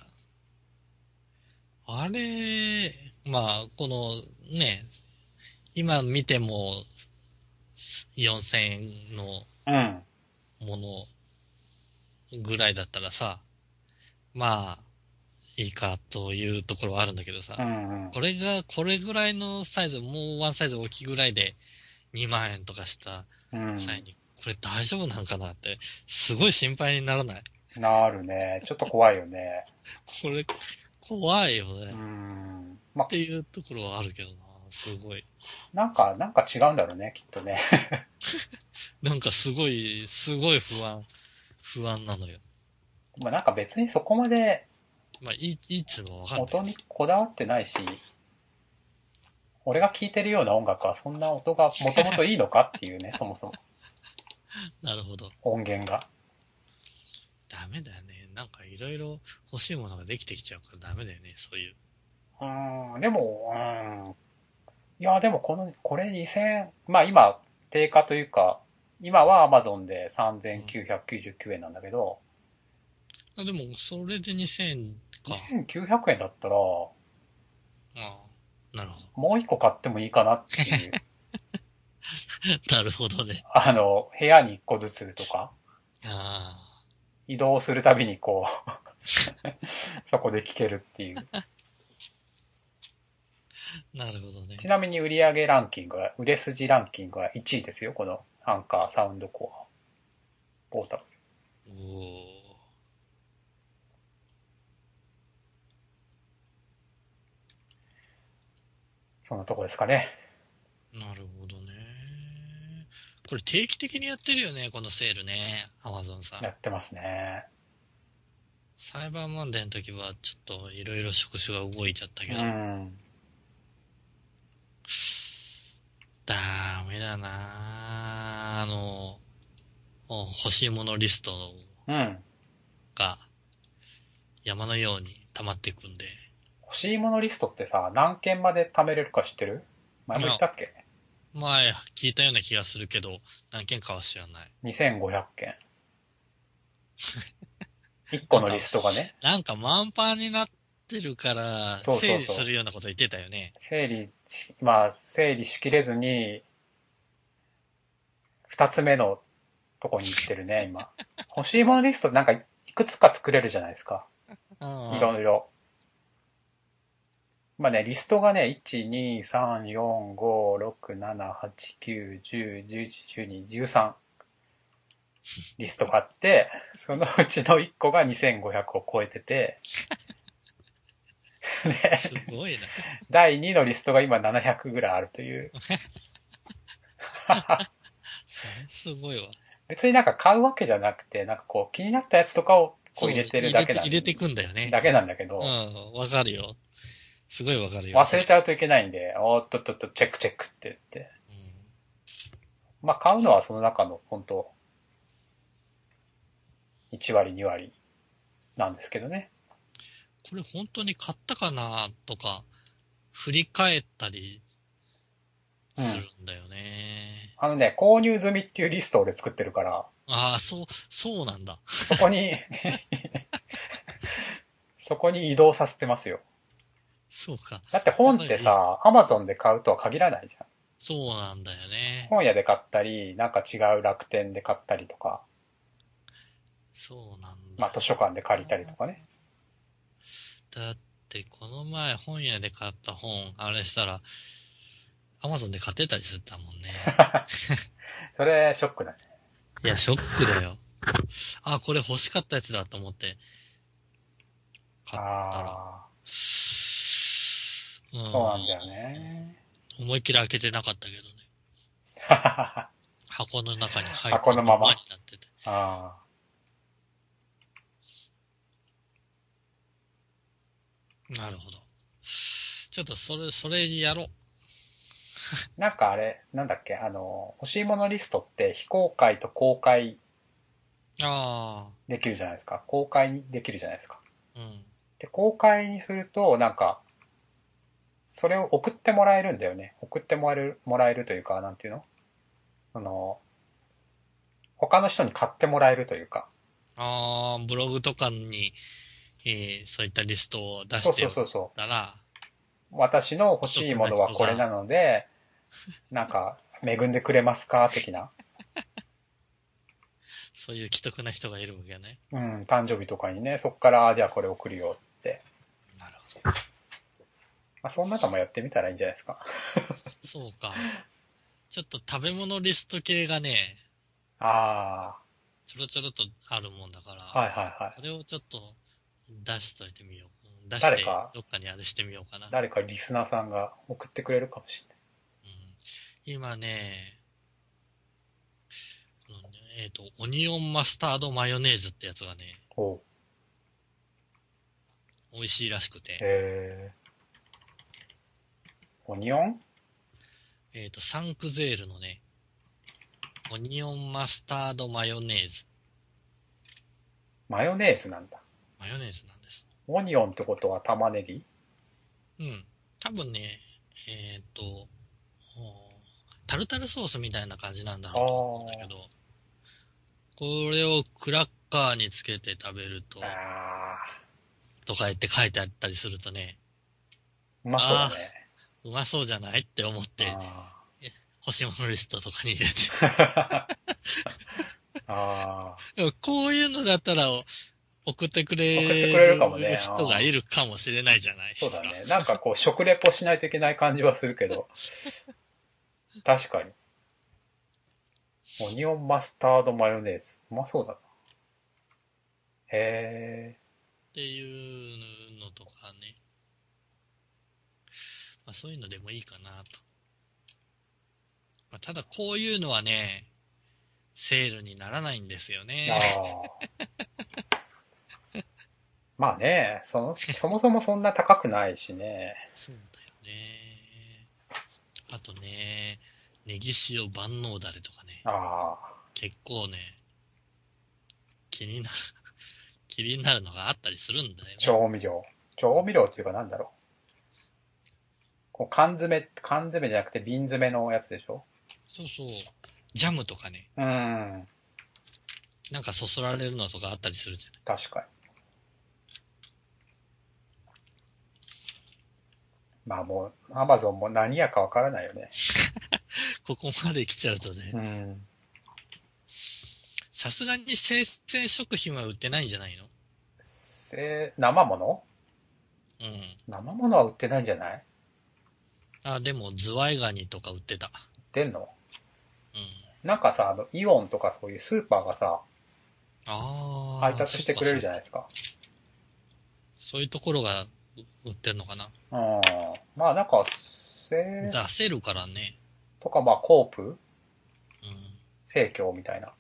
あれ、まあ、このね、今見ても4000円のうん。 ものぐらいだったらさ、まあ、いいかというところはあるんだけどさ、 うんうん。 これぐらいのサイズ、もうワンサイズ大きいぐらいで2万円とかしたうん。 際に、これ大丈夫なんかなって、すごい心配にならない？ なるね。ちょっと怖いよね。 これ、怖いようね。 ん。まっていうところはあるけどな。すごい。 なんか違うんだろうね、きっとね。 なんかすごい不安なのよ。 まあなんか別にそこまでまあ、いいっつうのはわかんないよ。 音にこだわってないし、俺が聴いてるような音楽はそんな音がもともといいのかっていうね、そもそも。 なるほど。 音源が。 ダメだよね。なんかいろいろ欲しいものができてきちゃうからダメだよね。そういう。 でも、いや、でもこれ2000、まあ今、定価というか、今は Amazon でうん。 3999円なんだけど、 あ、でも、それで2000円か。 2900円だったら、もああ、なるほど。 う一個買ってもいいかなっていう。 なるほどね。 部屋に一個ずつとか、 あ移動するたびにこう、そこで聴けるっていう。 あ、なるほどね。 ちなみに売れ筋ランキングは1位ですよ、このアンカーサウンドコアポータブル。 おー、 そのとこですかね。 なるほどね。これ定期的にやってるよね、このセールね。アマゾンさん。 やってますね。 サイバーマンデーの時はちょっといろいろ触手が動いちゃったうけど。 ん。 ダメだなぁ。 欲しいものリストうん。 が山のように溜まっていくんで。 欲しいものリストってさ、何件まで貯めれるか知ってる？前も言っまあ、 たっけ？ 前聞いたような気がするけど、何件かは知らない。 2500 件。1個のリなんか、 ストがね。 満帆になってるから、 そうそ整理うそう。 するようなこと言ってたよね。 整理しきれずに、2つ目のとこに行ってるね、今。欲しいものリストなんかいくつか作れるじゃないですか。いあろいろ。まあね、リストがね、1、2、3、4、5、6、7、8、9、10、11、12、13リストがあって、そのうちの1個が2500を超えてて、 あ、 で、 すごいな。 第2のリストが今700ぐらいあるという。 それすごいわ。 別になんか買うわけじゃなくて、なんかこう気になったやつとかをこう入そう、 れてるだけ入れてくんだよね。 だけなんだけうど、 ん、わかるよ。すごいわかるよ、それ。 忘れちゃうといけないんで、おーっとっとっと、チェックチェックって言って。 うん、 まあ買うのはその中の本当1割2割なんですけどね。 これ本当に買ったかなとか、振り返ったりするうん。 んだよね。 購入済みっていうリストを俺作ってるから、 ああ、そうなんだ。 そこにそこに移動させてますよ。 そうか。 だって本ってさ、アマゾンで買うとは限らないじゃん。 そうなんだよね。 本屋で買ったり、なんか違う楽天で買ったりとか、 そうなんだまあ図書館で借りたりとよかね。 な。だって、この前本屋で買った本、あれしたら、アマゾンで買ってたりするたもんね。 それ、ショックだね。 いや、ショックだよ。あ、これ欲しかったやつだと思って買ったら。 ああ、 うそうなんだよん。 ね。 思いっきり開けてなかったけどね。箱の中に入ったままに箱のまま。 なってて。 ああ。 なるほど。ちょっとそれやろう。 なんかあれ、なんだっけ、欲しいものリストって非公開と公開あできるじゃないですか。公開にできるじゃないですか。 あ、うん。 で、公開にすると、なんか、それを送ってもらえるんだよね。送ってもらえるというか、なんていうの？その、他の人に買ってもらえるというか。 ああ、ブログとかに、そういったリストを出そうしておいそうそうそたら、 う。私の欲既得なしいものは人が、 これなので、なんか、恵んでくれますか的な。 そういう既得な人がいるわけね。 うん、誕生日とかにね、そっから、じゃあこれ送るよって。 なるほど。 まあ、そんなのもやってみたらいいんじゃないですか。 そうか。ちょっと食べ物リスト系がね、 あちょろちょろとあるもんだかあ、 ら、 はいはいはい。 それをちょっと出しといてみよう。出して誰か、 どっかにあれしてみようかな。 誰かリスナーさんが送ってくれるかもしうん、今ね、オニオンマスタードマヨネーズってやつがね、 れない。おう。 美味しいらしくて、 へー。オニオンサンクゼールのね、オニオンマスタードマヨネーズ。 マヨネーズなんだ。 マヨネーズなんです。 オニオンってことは玉ねぎ？ うん。多分ね、えっと、タルタルソースみたいな感じなんだあろうと思うんだけあ。 ど、これをクラッカーにつけて食べると、 ああ、 とか言って書いてあったりするとね、 うまそうだああ、 ね。 うまそうじゃないって思って、 あ欲しいものリストとかに入れて。 あ。ああ。 でもこういうのだったら送ってくれ送ってくれるかもね。 る人がああ。 いるかもしれないじゃないですか。 そうだね。なんかこう、食レポしないといけない感じはするけど、確かに。オニオンマスタードマヨネーズ。うまそうだな。へえ。 っていうのとかね。まあそういうのでもいいかなと。まあ、ただこういうのはね、セールにならないんですよあね。 あ。まあね、そもそもそんな高くないしね。 そうだよね。あとね、ネギ塩万能だれとかね。 ああ。 結構ね、 気になる、気になるのがあったりするんだよね。 調味料。調味料っていうかなんだろう。こう缶詰じゃなくて瓶詰のやつでしょ？ そうそう。ジャムとかね。 うん。 なんかそそられるのとかあったりするじゃない。 確かに。まあもう、アマゾンも何やかわからないよね。 ここまで来ちゃうとね。 うん。 さすがに生鮮食品は売ってないんじゃないの？ 生もの？ うん。 生ものは売ってないんじゃない？ あ、でもズワイガニとか売ってた。 売ってんの？ うん。 なんかさ、イオンとかそういうスーパーがさ、配ああ、そっ達してくれかそっか。 るじゃないですか。 そういうところが売ってんのかな。 うん。まあなんか、 出せるからね。 とかまあコープうん。 生協みたいな。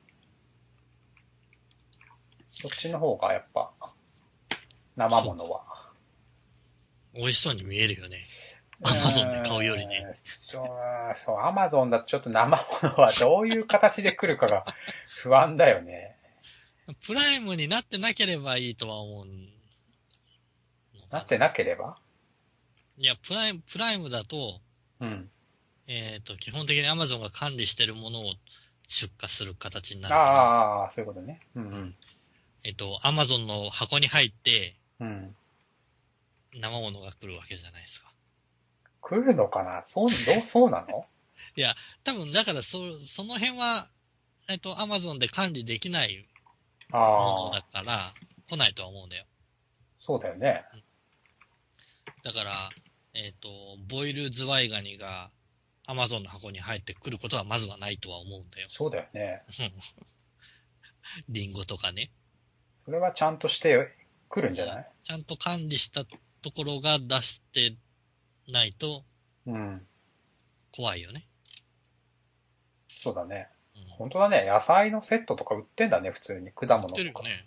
そっちの方がやっぱ、生ものは。 美味しそうに見えるよね。アマゾンで買うよりね。 そう、アマゾンだとちょっと生ものはどういう形で来るかが不安だよね。 プライムになってなければいいとは思うのかな。 なってなければ？ いや、プライムだと、 うん。 基本的にアマゾンが管理してるものを出荷する形になるから、 ああ、そういうことね。うんうん。 アマゾンの箱に入って、 うん。 生物が来るわけじゃないですか。 来るのかな？そうなの？ いや、多分、だからその辺は、アマゾンで管理できないものああ、 だから、来ないとは思うんだよ。 そうだよね。 だから、ボイルズワイガニが、アマゾンの箱に入ってくることはまずはないとは思うんだよ。 そうだよね。 リンゴとかね。 それはちゃんとして来るんじゃない？ ちゃんと管理したところが出してないとうん。 怖いよね。 そうだね。 うん。 本当だね。野菜のセットとか売ってんだね、普通に。果売っ物とか。 てるよね。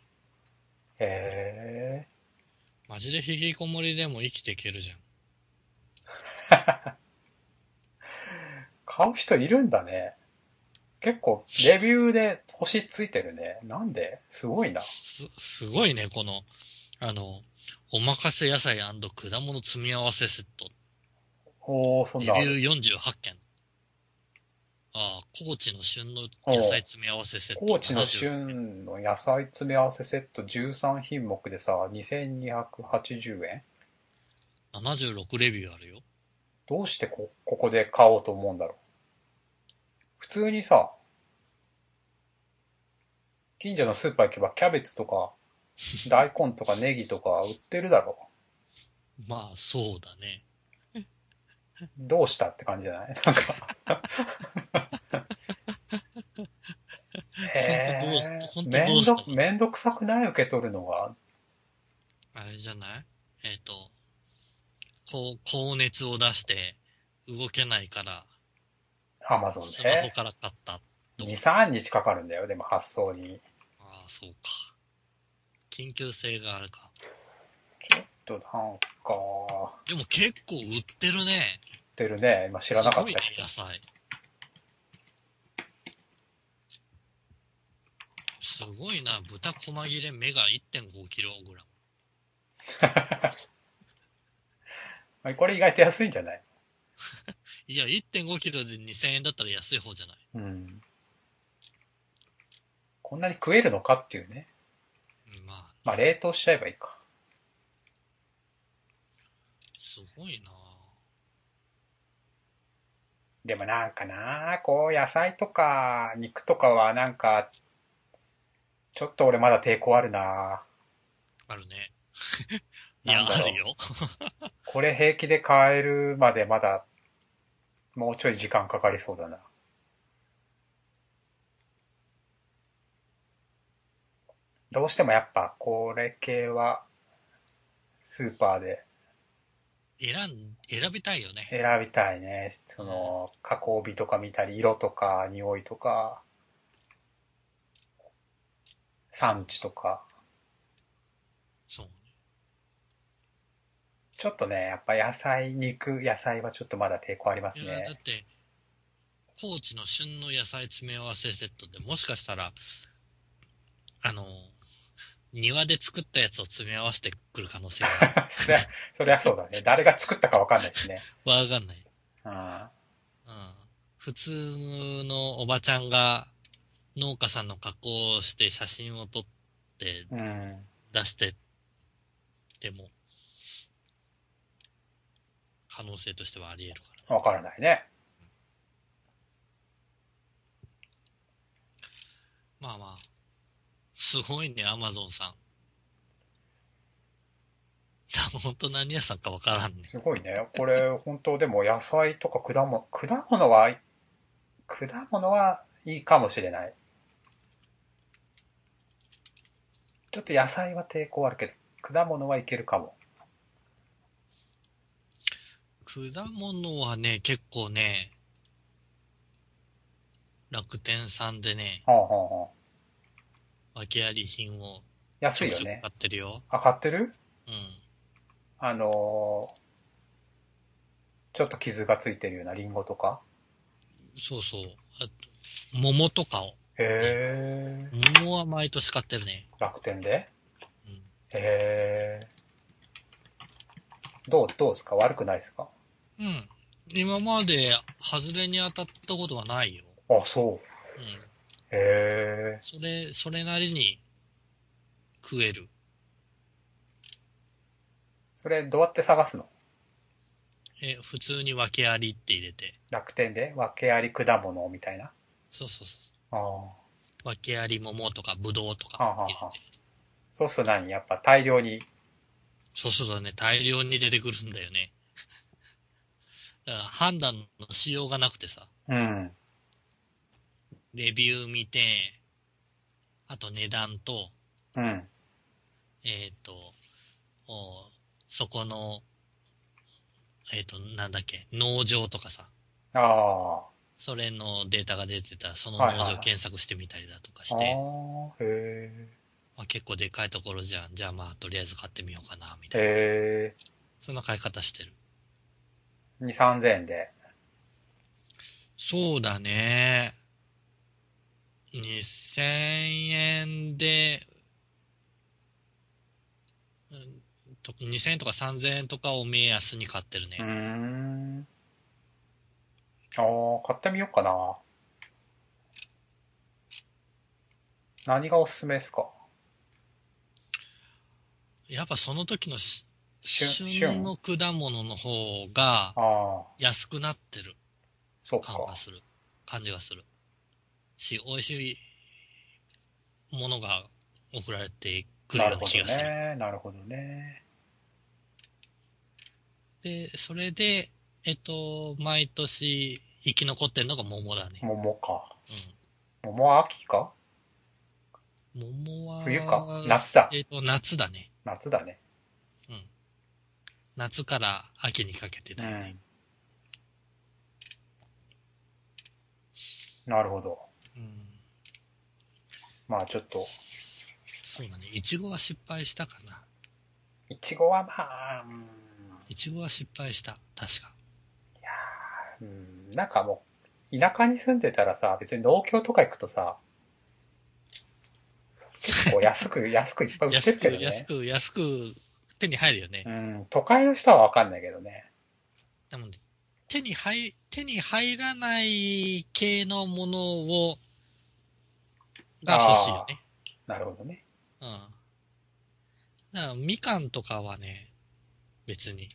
へえ。 マジで引きこもりでも生きていけるじゃん。 買う人いるんだね。結構、レビューで星ついてるね。なんですごいな。 すごいね、おまかせ野菜果物詰め合わせセット。 おー、そんレビュなある。 ー48件。ああ、高知の旬の野おー、 菜詰め合わせセット高知の 70、 旬の野菜詰め合わせセット13品目でさ、2280円？ 76レビューあるよ。 どうしてここで買おうと思うんだろう。普通にさ、近所のスーパー行けばキャベツとか大根とかネギとか売ってるだろまあ、そうだね。 う。どうしたって感じじゃない？なんか本当どうしたの？ めんどくさくない？受け取るのが。 あれじゃない？高熱を出して動けないから、 アマゾンスマホで。 から買ったと 2、 か。 3日かかるんだよ。でも発送に。 ああ、そうか。緊急性があるか。 なんか、 でも結構売ってるね。 売ってるね。今知らなかっすごいね、 たけど。 野菜。すごいな。豚細切れメガ 1.5kg。 これ意外と安いんじゃない？ いや、1.5kgで2000円だったら安い方じゃない。 うん。こんなに食えるのかっていうね。 まあ、 まあ冷凍しちゃえばいいか。 すごいな。 でもなんかな、こう野菜とか肉とかはなんか、ちょっと俺まだ抵抗あるな。 あるね。いや、 なんだろう。 あるよ。 これ平気で買えるまでまだもうちょい時間かかりそうだな。どうしてもやっぱこれ系はスーパーで選びたいよね。 選びたいね。 うん。 加工日とか見たり、色とか匂いとか、 そう。 産地とか。 そうね。 ちょっとね、やっぱ野菜はちょっとまだ抵抗ありまいや、だすね。 って、高知の旬の野菜詰め合わせセットでもしかしたら、あの、 庭で作ったやつを詰め合わせてくる可能性がそりゃそうだね。誰が作ったかわかんないしね。 わかんない。 うん。 うん。普通のおばちゃんが農家さんの加工をして写真を撮ってうん。 出してても可能性としてはあり得るから。 わからないね。 まあまあ、すごいね、アマゾンさん。本当何屋さんかわからんね。 すごいね。これ、本当でも野菜とか果物はいいかもしれない。ちょっと野菜は抵抗あるけど、果物はいけるかも。 果物はね、結構ね、楽天さんでね、 はあ、はあはあ、 訳あり品をちょくちょく安いよね。 買ってるよ。 あ、買ってる？ うん。 あのちょっと傷がついてるようなリンゴとか。 そうそう。あと、桃とかをへね。 え。 桃は毎年買ってるね。 楽天で。 うん。 へえ。どうですか？悪くないですか？ うん。今まで外れに当たったことはないよ。 あ、そう。 うん。 へえ。 それなりに食える。 それどうやって探すの？ 普通に訳ありって入れて。 楽天で訳あり果物みたいな。 そうそうそああ。はう。訳あり桃とかぶどうとかあ、はあはあ、 入れて。 そうすると何やっぱ大量に。 そうするとね、大量に出てくるんだよね。だから判断のしようがなくてさ。 うん。 レビュー見て、あと値段と、 うん。 えっ、と、おそこの、なんだっけ、農場とかさ。 ああ。はそれのデータが出てたら、そのいはい農場をはい。 検索してみたりだとかあして、 あ、へえ。 あ、結構でかいところじゃん。じゃあまあ、とりあえず買ってみようかな、みたいな。 へえ。 そんな買い方してる。 2、3000円で。 そうだね。2000円で、2000円とか3000円とかを目安に買ってるうーね。 ん。ああ、買ってみようかな。何がおすすめですか？ やっぱその時の旬旬。 の果物の方がああ、 安くなってるそっか。 感じがする。美味しいものが送られてくるようななるほ気がする。 どね。なるほどね。 で、それで、毎年生き残ってんのが桃だね。 桃か。 う桃は秋か？ ん。桃冬か？ は、 夏だ。 夏だね。 夏だね。 うん。夏から秋にかけてだよね。 うん。なるほど。 うん。 まあちょっと、 そうだね。いちごは失敗したかな。 いちごはまあ、 いちごは失敗した。確か。 なんかもう、田舎に住んでたらさ、別に農協とか行くとさ、結構安くいっぱい売ってるけどね。 安く手に入るよね。 うん、都会の人はわかんないけどね。 なので、手に入らない系のものを、が欲しいよああ、 ね。 なるほどね。 うん。だから、みかんとかはね、別に。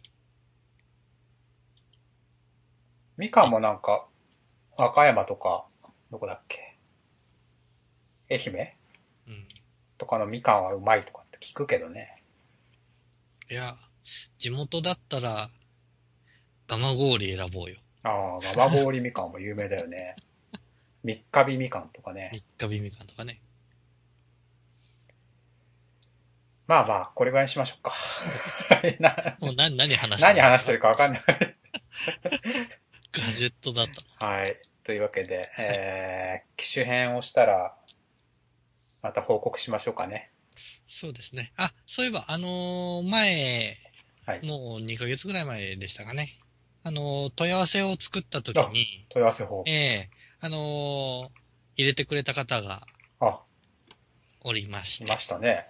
みかんもなんか、和歌山とか、どこだっけ？愛媛うん。 とかのみかんはうまいとかって聞くけどね。 いや、地元だったら、蒲郡選ぼうよ。 ああ、蒲郡みかんも有名だよね。三日日みかんとかね。 三日日みかんとかね。 まあまあ、これぐらいにしましょうか。 そうです。 なもう何話してん何のか話してるかわかんない。 ガジェットだったはい。というわけで、 な。はい。 機種変をしたら、また報告しましょうかね。 そうですね。あ、そういえば、前、 はい。 もう2ヶ月ぐらい前でしたかね。問い合わせを作った時あ、 に、 問い合わせ法。 ええ入れてくれた方があ、 おりましいて。 ましたね。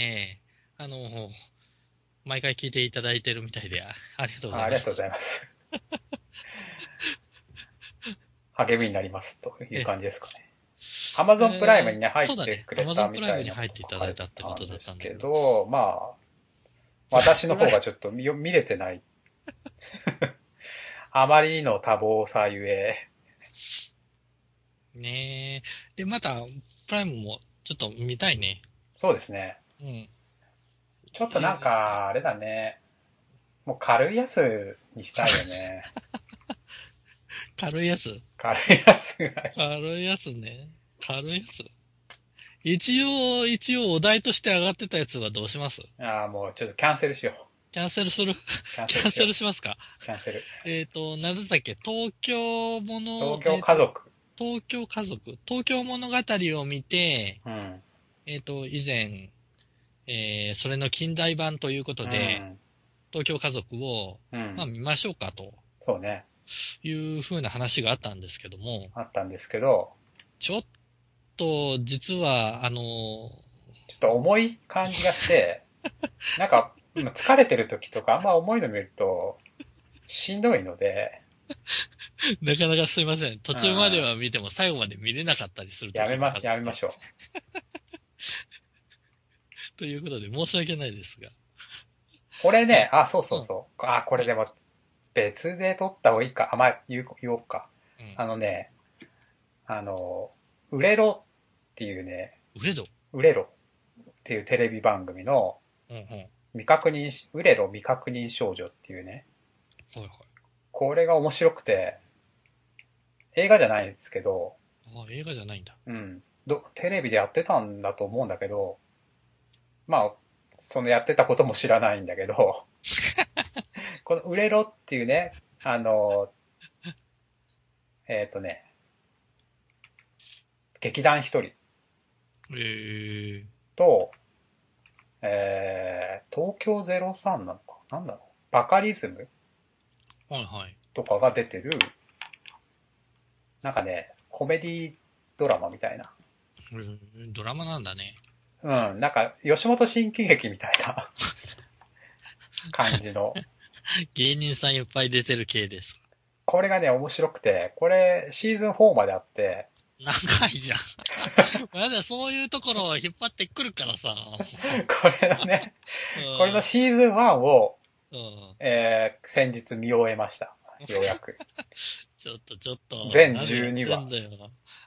毎回聞いていただいてるみたいで、ありがとうございます。 ありがとうございます。励みになりますという感じですかね。Amazon プライムにね、入ってそうだね。 くれた Amazon プみライムにたいなこと入っていた書かれてだいたってこたんでとだったんだけすけど。 ど、まあ、私の方がちょっと見れてない。あまりにの多忙さゆえ。 ねえ。で、また、プライムもちょっと見たいね。 そうですね。 うん。 ちょっとなんか、あれだね。もう軽いやつにしたいよね。 軽いやつ。 軽いやつがいい。 軽いやつね。軽いやつ。一応お題として上がってたやつはどうします？ ああ、もうちょっとキャンセルしよう。 キャンセルする？ キャンキャンセセルしよう。 ルしますか？ キャンセル。 なんだったっけ？ 東京家族。 東京家族。東京物語を見て、 うん。 以前、それの近代版ということうで、 ん。 東京家族を、 うん。 まあ見ましょうかとそうね。 いう風な話があったんですけども、 あったんですけど、 ちょっと、実は、 ちょっと重い感じがして、なんか、疲れてる時とかあんま重いの見ると、しんどいので、 なかなかすいません。途中までうん、 は見ても最後まで見れなかったりする時があって。 やめましょう。 ということで申し訳ないですが。 これね、 まあ、 あ、そうそうん。 うそう。あ、これはい。 でも別で撮った方がいいか。あ、まあ、言おうか。 うん。 あのね、あの、売れろっていうね、 ウレド。 売れろっていうテレビ番組のうんうん。はい売れろ未確認少女っていうね、 はい。 これが面白くて、映画じゃないんですけど、 あ、映画じゃないんだ。 うん。テレビでやってたんだと思うんだけど、まあ、そのやってたことも知らないんだけど、この売れろっていうね、あの、えっ、とね、劇団一人えと、東京03なのかなんだろうバカリズムはいはい。 とかが出てる、なんかね、コメディドラマみたいな。 ドラマなんだね。 うん、なんか、吉本新喜劇みたいな感じの。 芸人さんいっぱい出てる系です。 これがね、面白くて、これシーズン4まであって、 長いじゃん。まだそういうところを引っ張ってくるからさ。 これのね、 うこれのん。 シーズン1を、 うん。 先日見終えました。ようやく。 ちょっと、 全なぜやっ 12話。 てんだよ。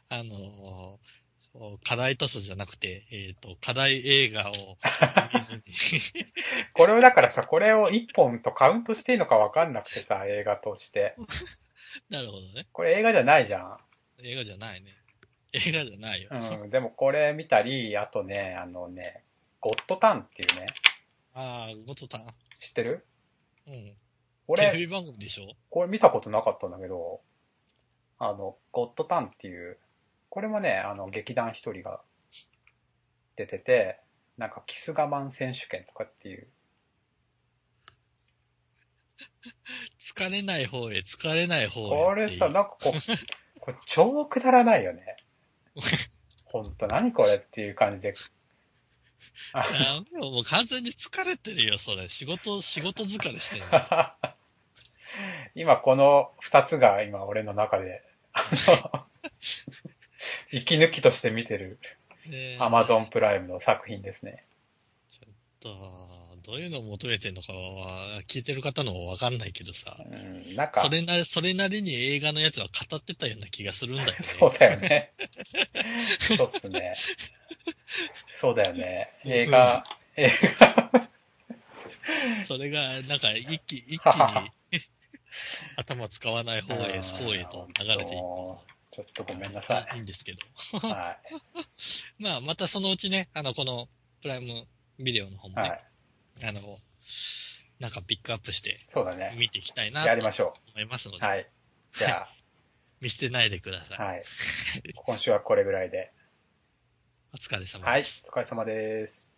課題図書じゃなくて、課題映画を見ずに。 これをだからさ、これを1本とカウントしていいのかわかんなくてさ、映画として。 なるほどね。 これ映画じゃないじゃん。 映画じゃないね。映画じゃないよ。 うん、でもこれ見たり、あとね、ゴッドタンっていうね、 ああ、ゴトタン。 知ってる？ うん。テレ俺、 ビ番組でしょ？ これ見たことなかったんだけど、ゴッドタンっていう、これもね、劇団一人が出てて、なんかキス我慢選手権とかっていう、 疲れない方へ、疲れない方へっこれさ、 ていう。 なんかこれ超くだらないよね。ほんと、何これっていう感じで。あダメよ、もう完全に疲れてるよ、それ。仕事疲れしてんの。 今この二つが今俺の中で、の息抜きとして見てる Amazon プライムの作品ですね。 ちょっと、どういうのを求めてんのかは、聞いてる方のわかんないけどさ。 うん、なんか、 それなりに映画のやつは語ってたような気がするんだよね。 そうだよね。そうっすね。そうだよね。 うん。 映それが、なんか、一画、ははは。 気に頭使わないうん、 方へと流れていくのは、 ちょっとごめんなさい。 いいんですけど。 はまあ、またそのうちね、この、プライムビデオの方い。 もね、 はい。 あの、なんかピックアップしてそうだね。 見ていきたいなとやりましょ思いますのう。 で、 はい。じはい。 ゃ見捨てないでくださあ、 い。 はい。今週はこれぐらいで。 お疲れ様はい。 です。 お疲れ様です。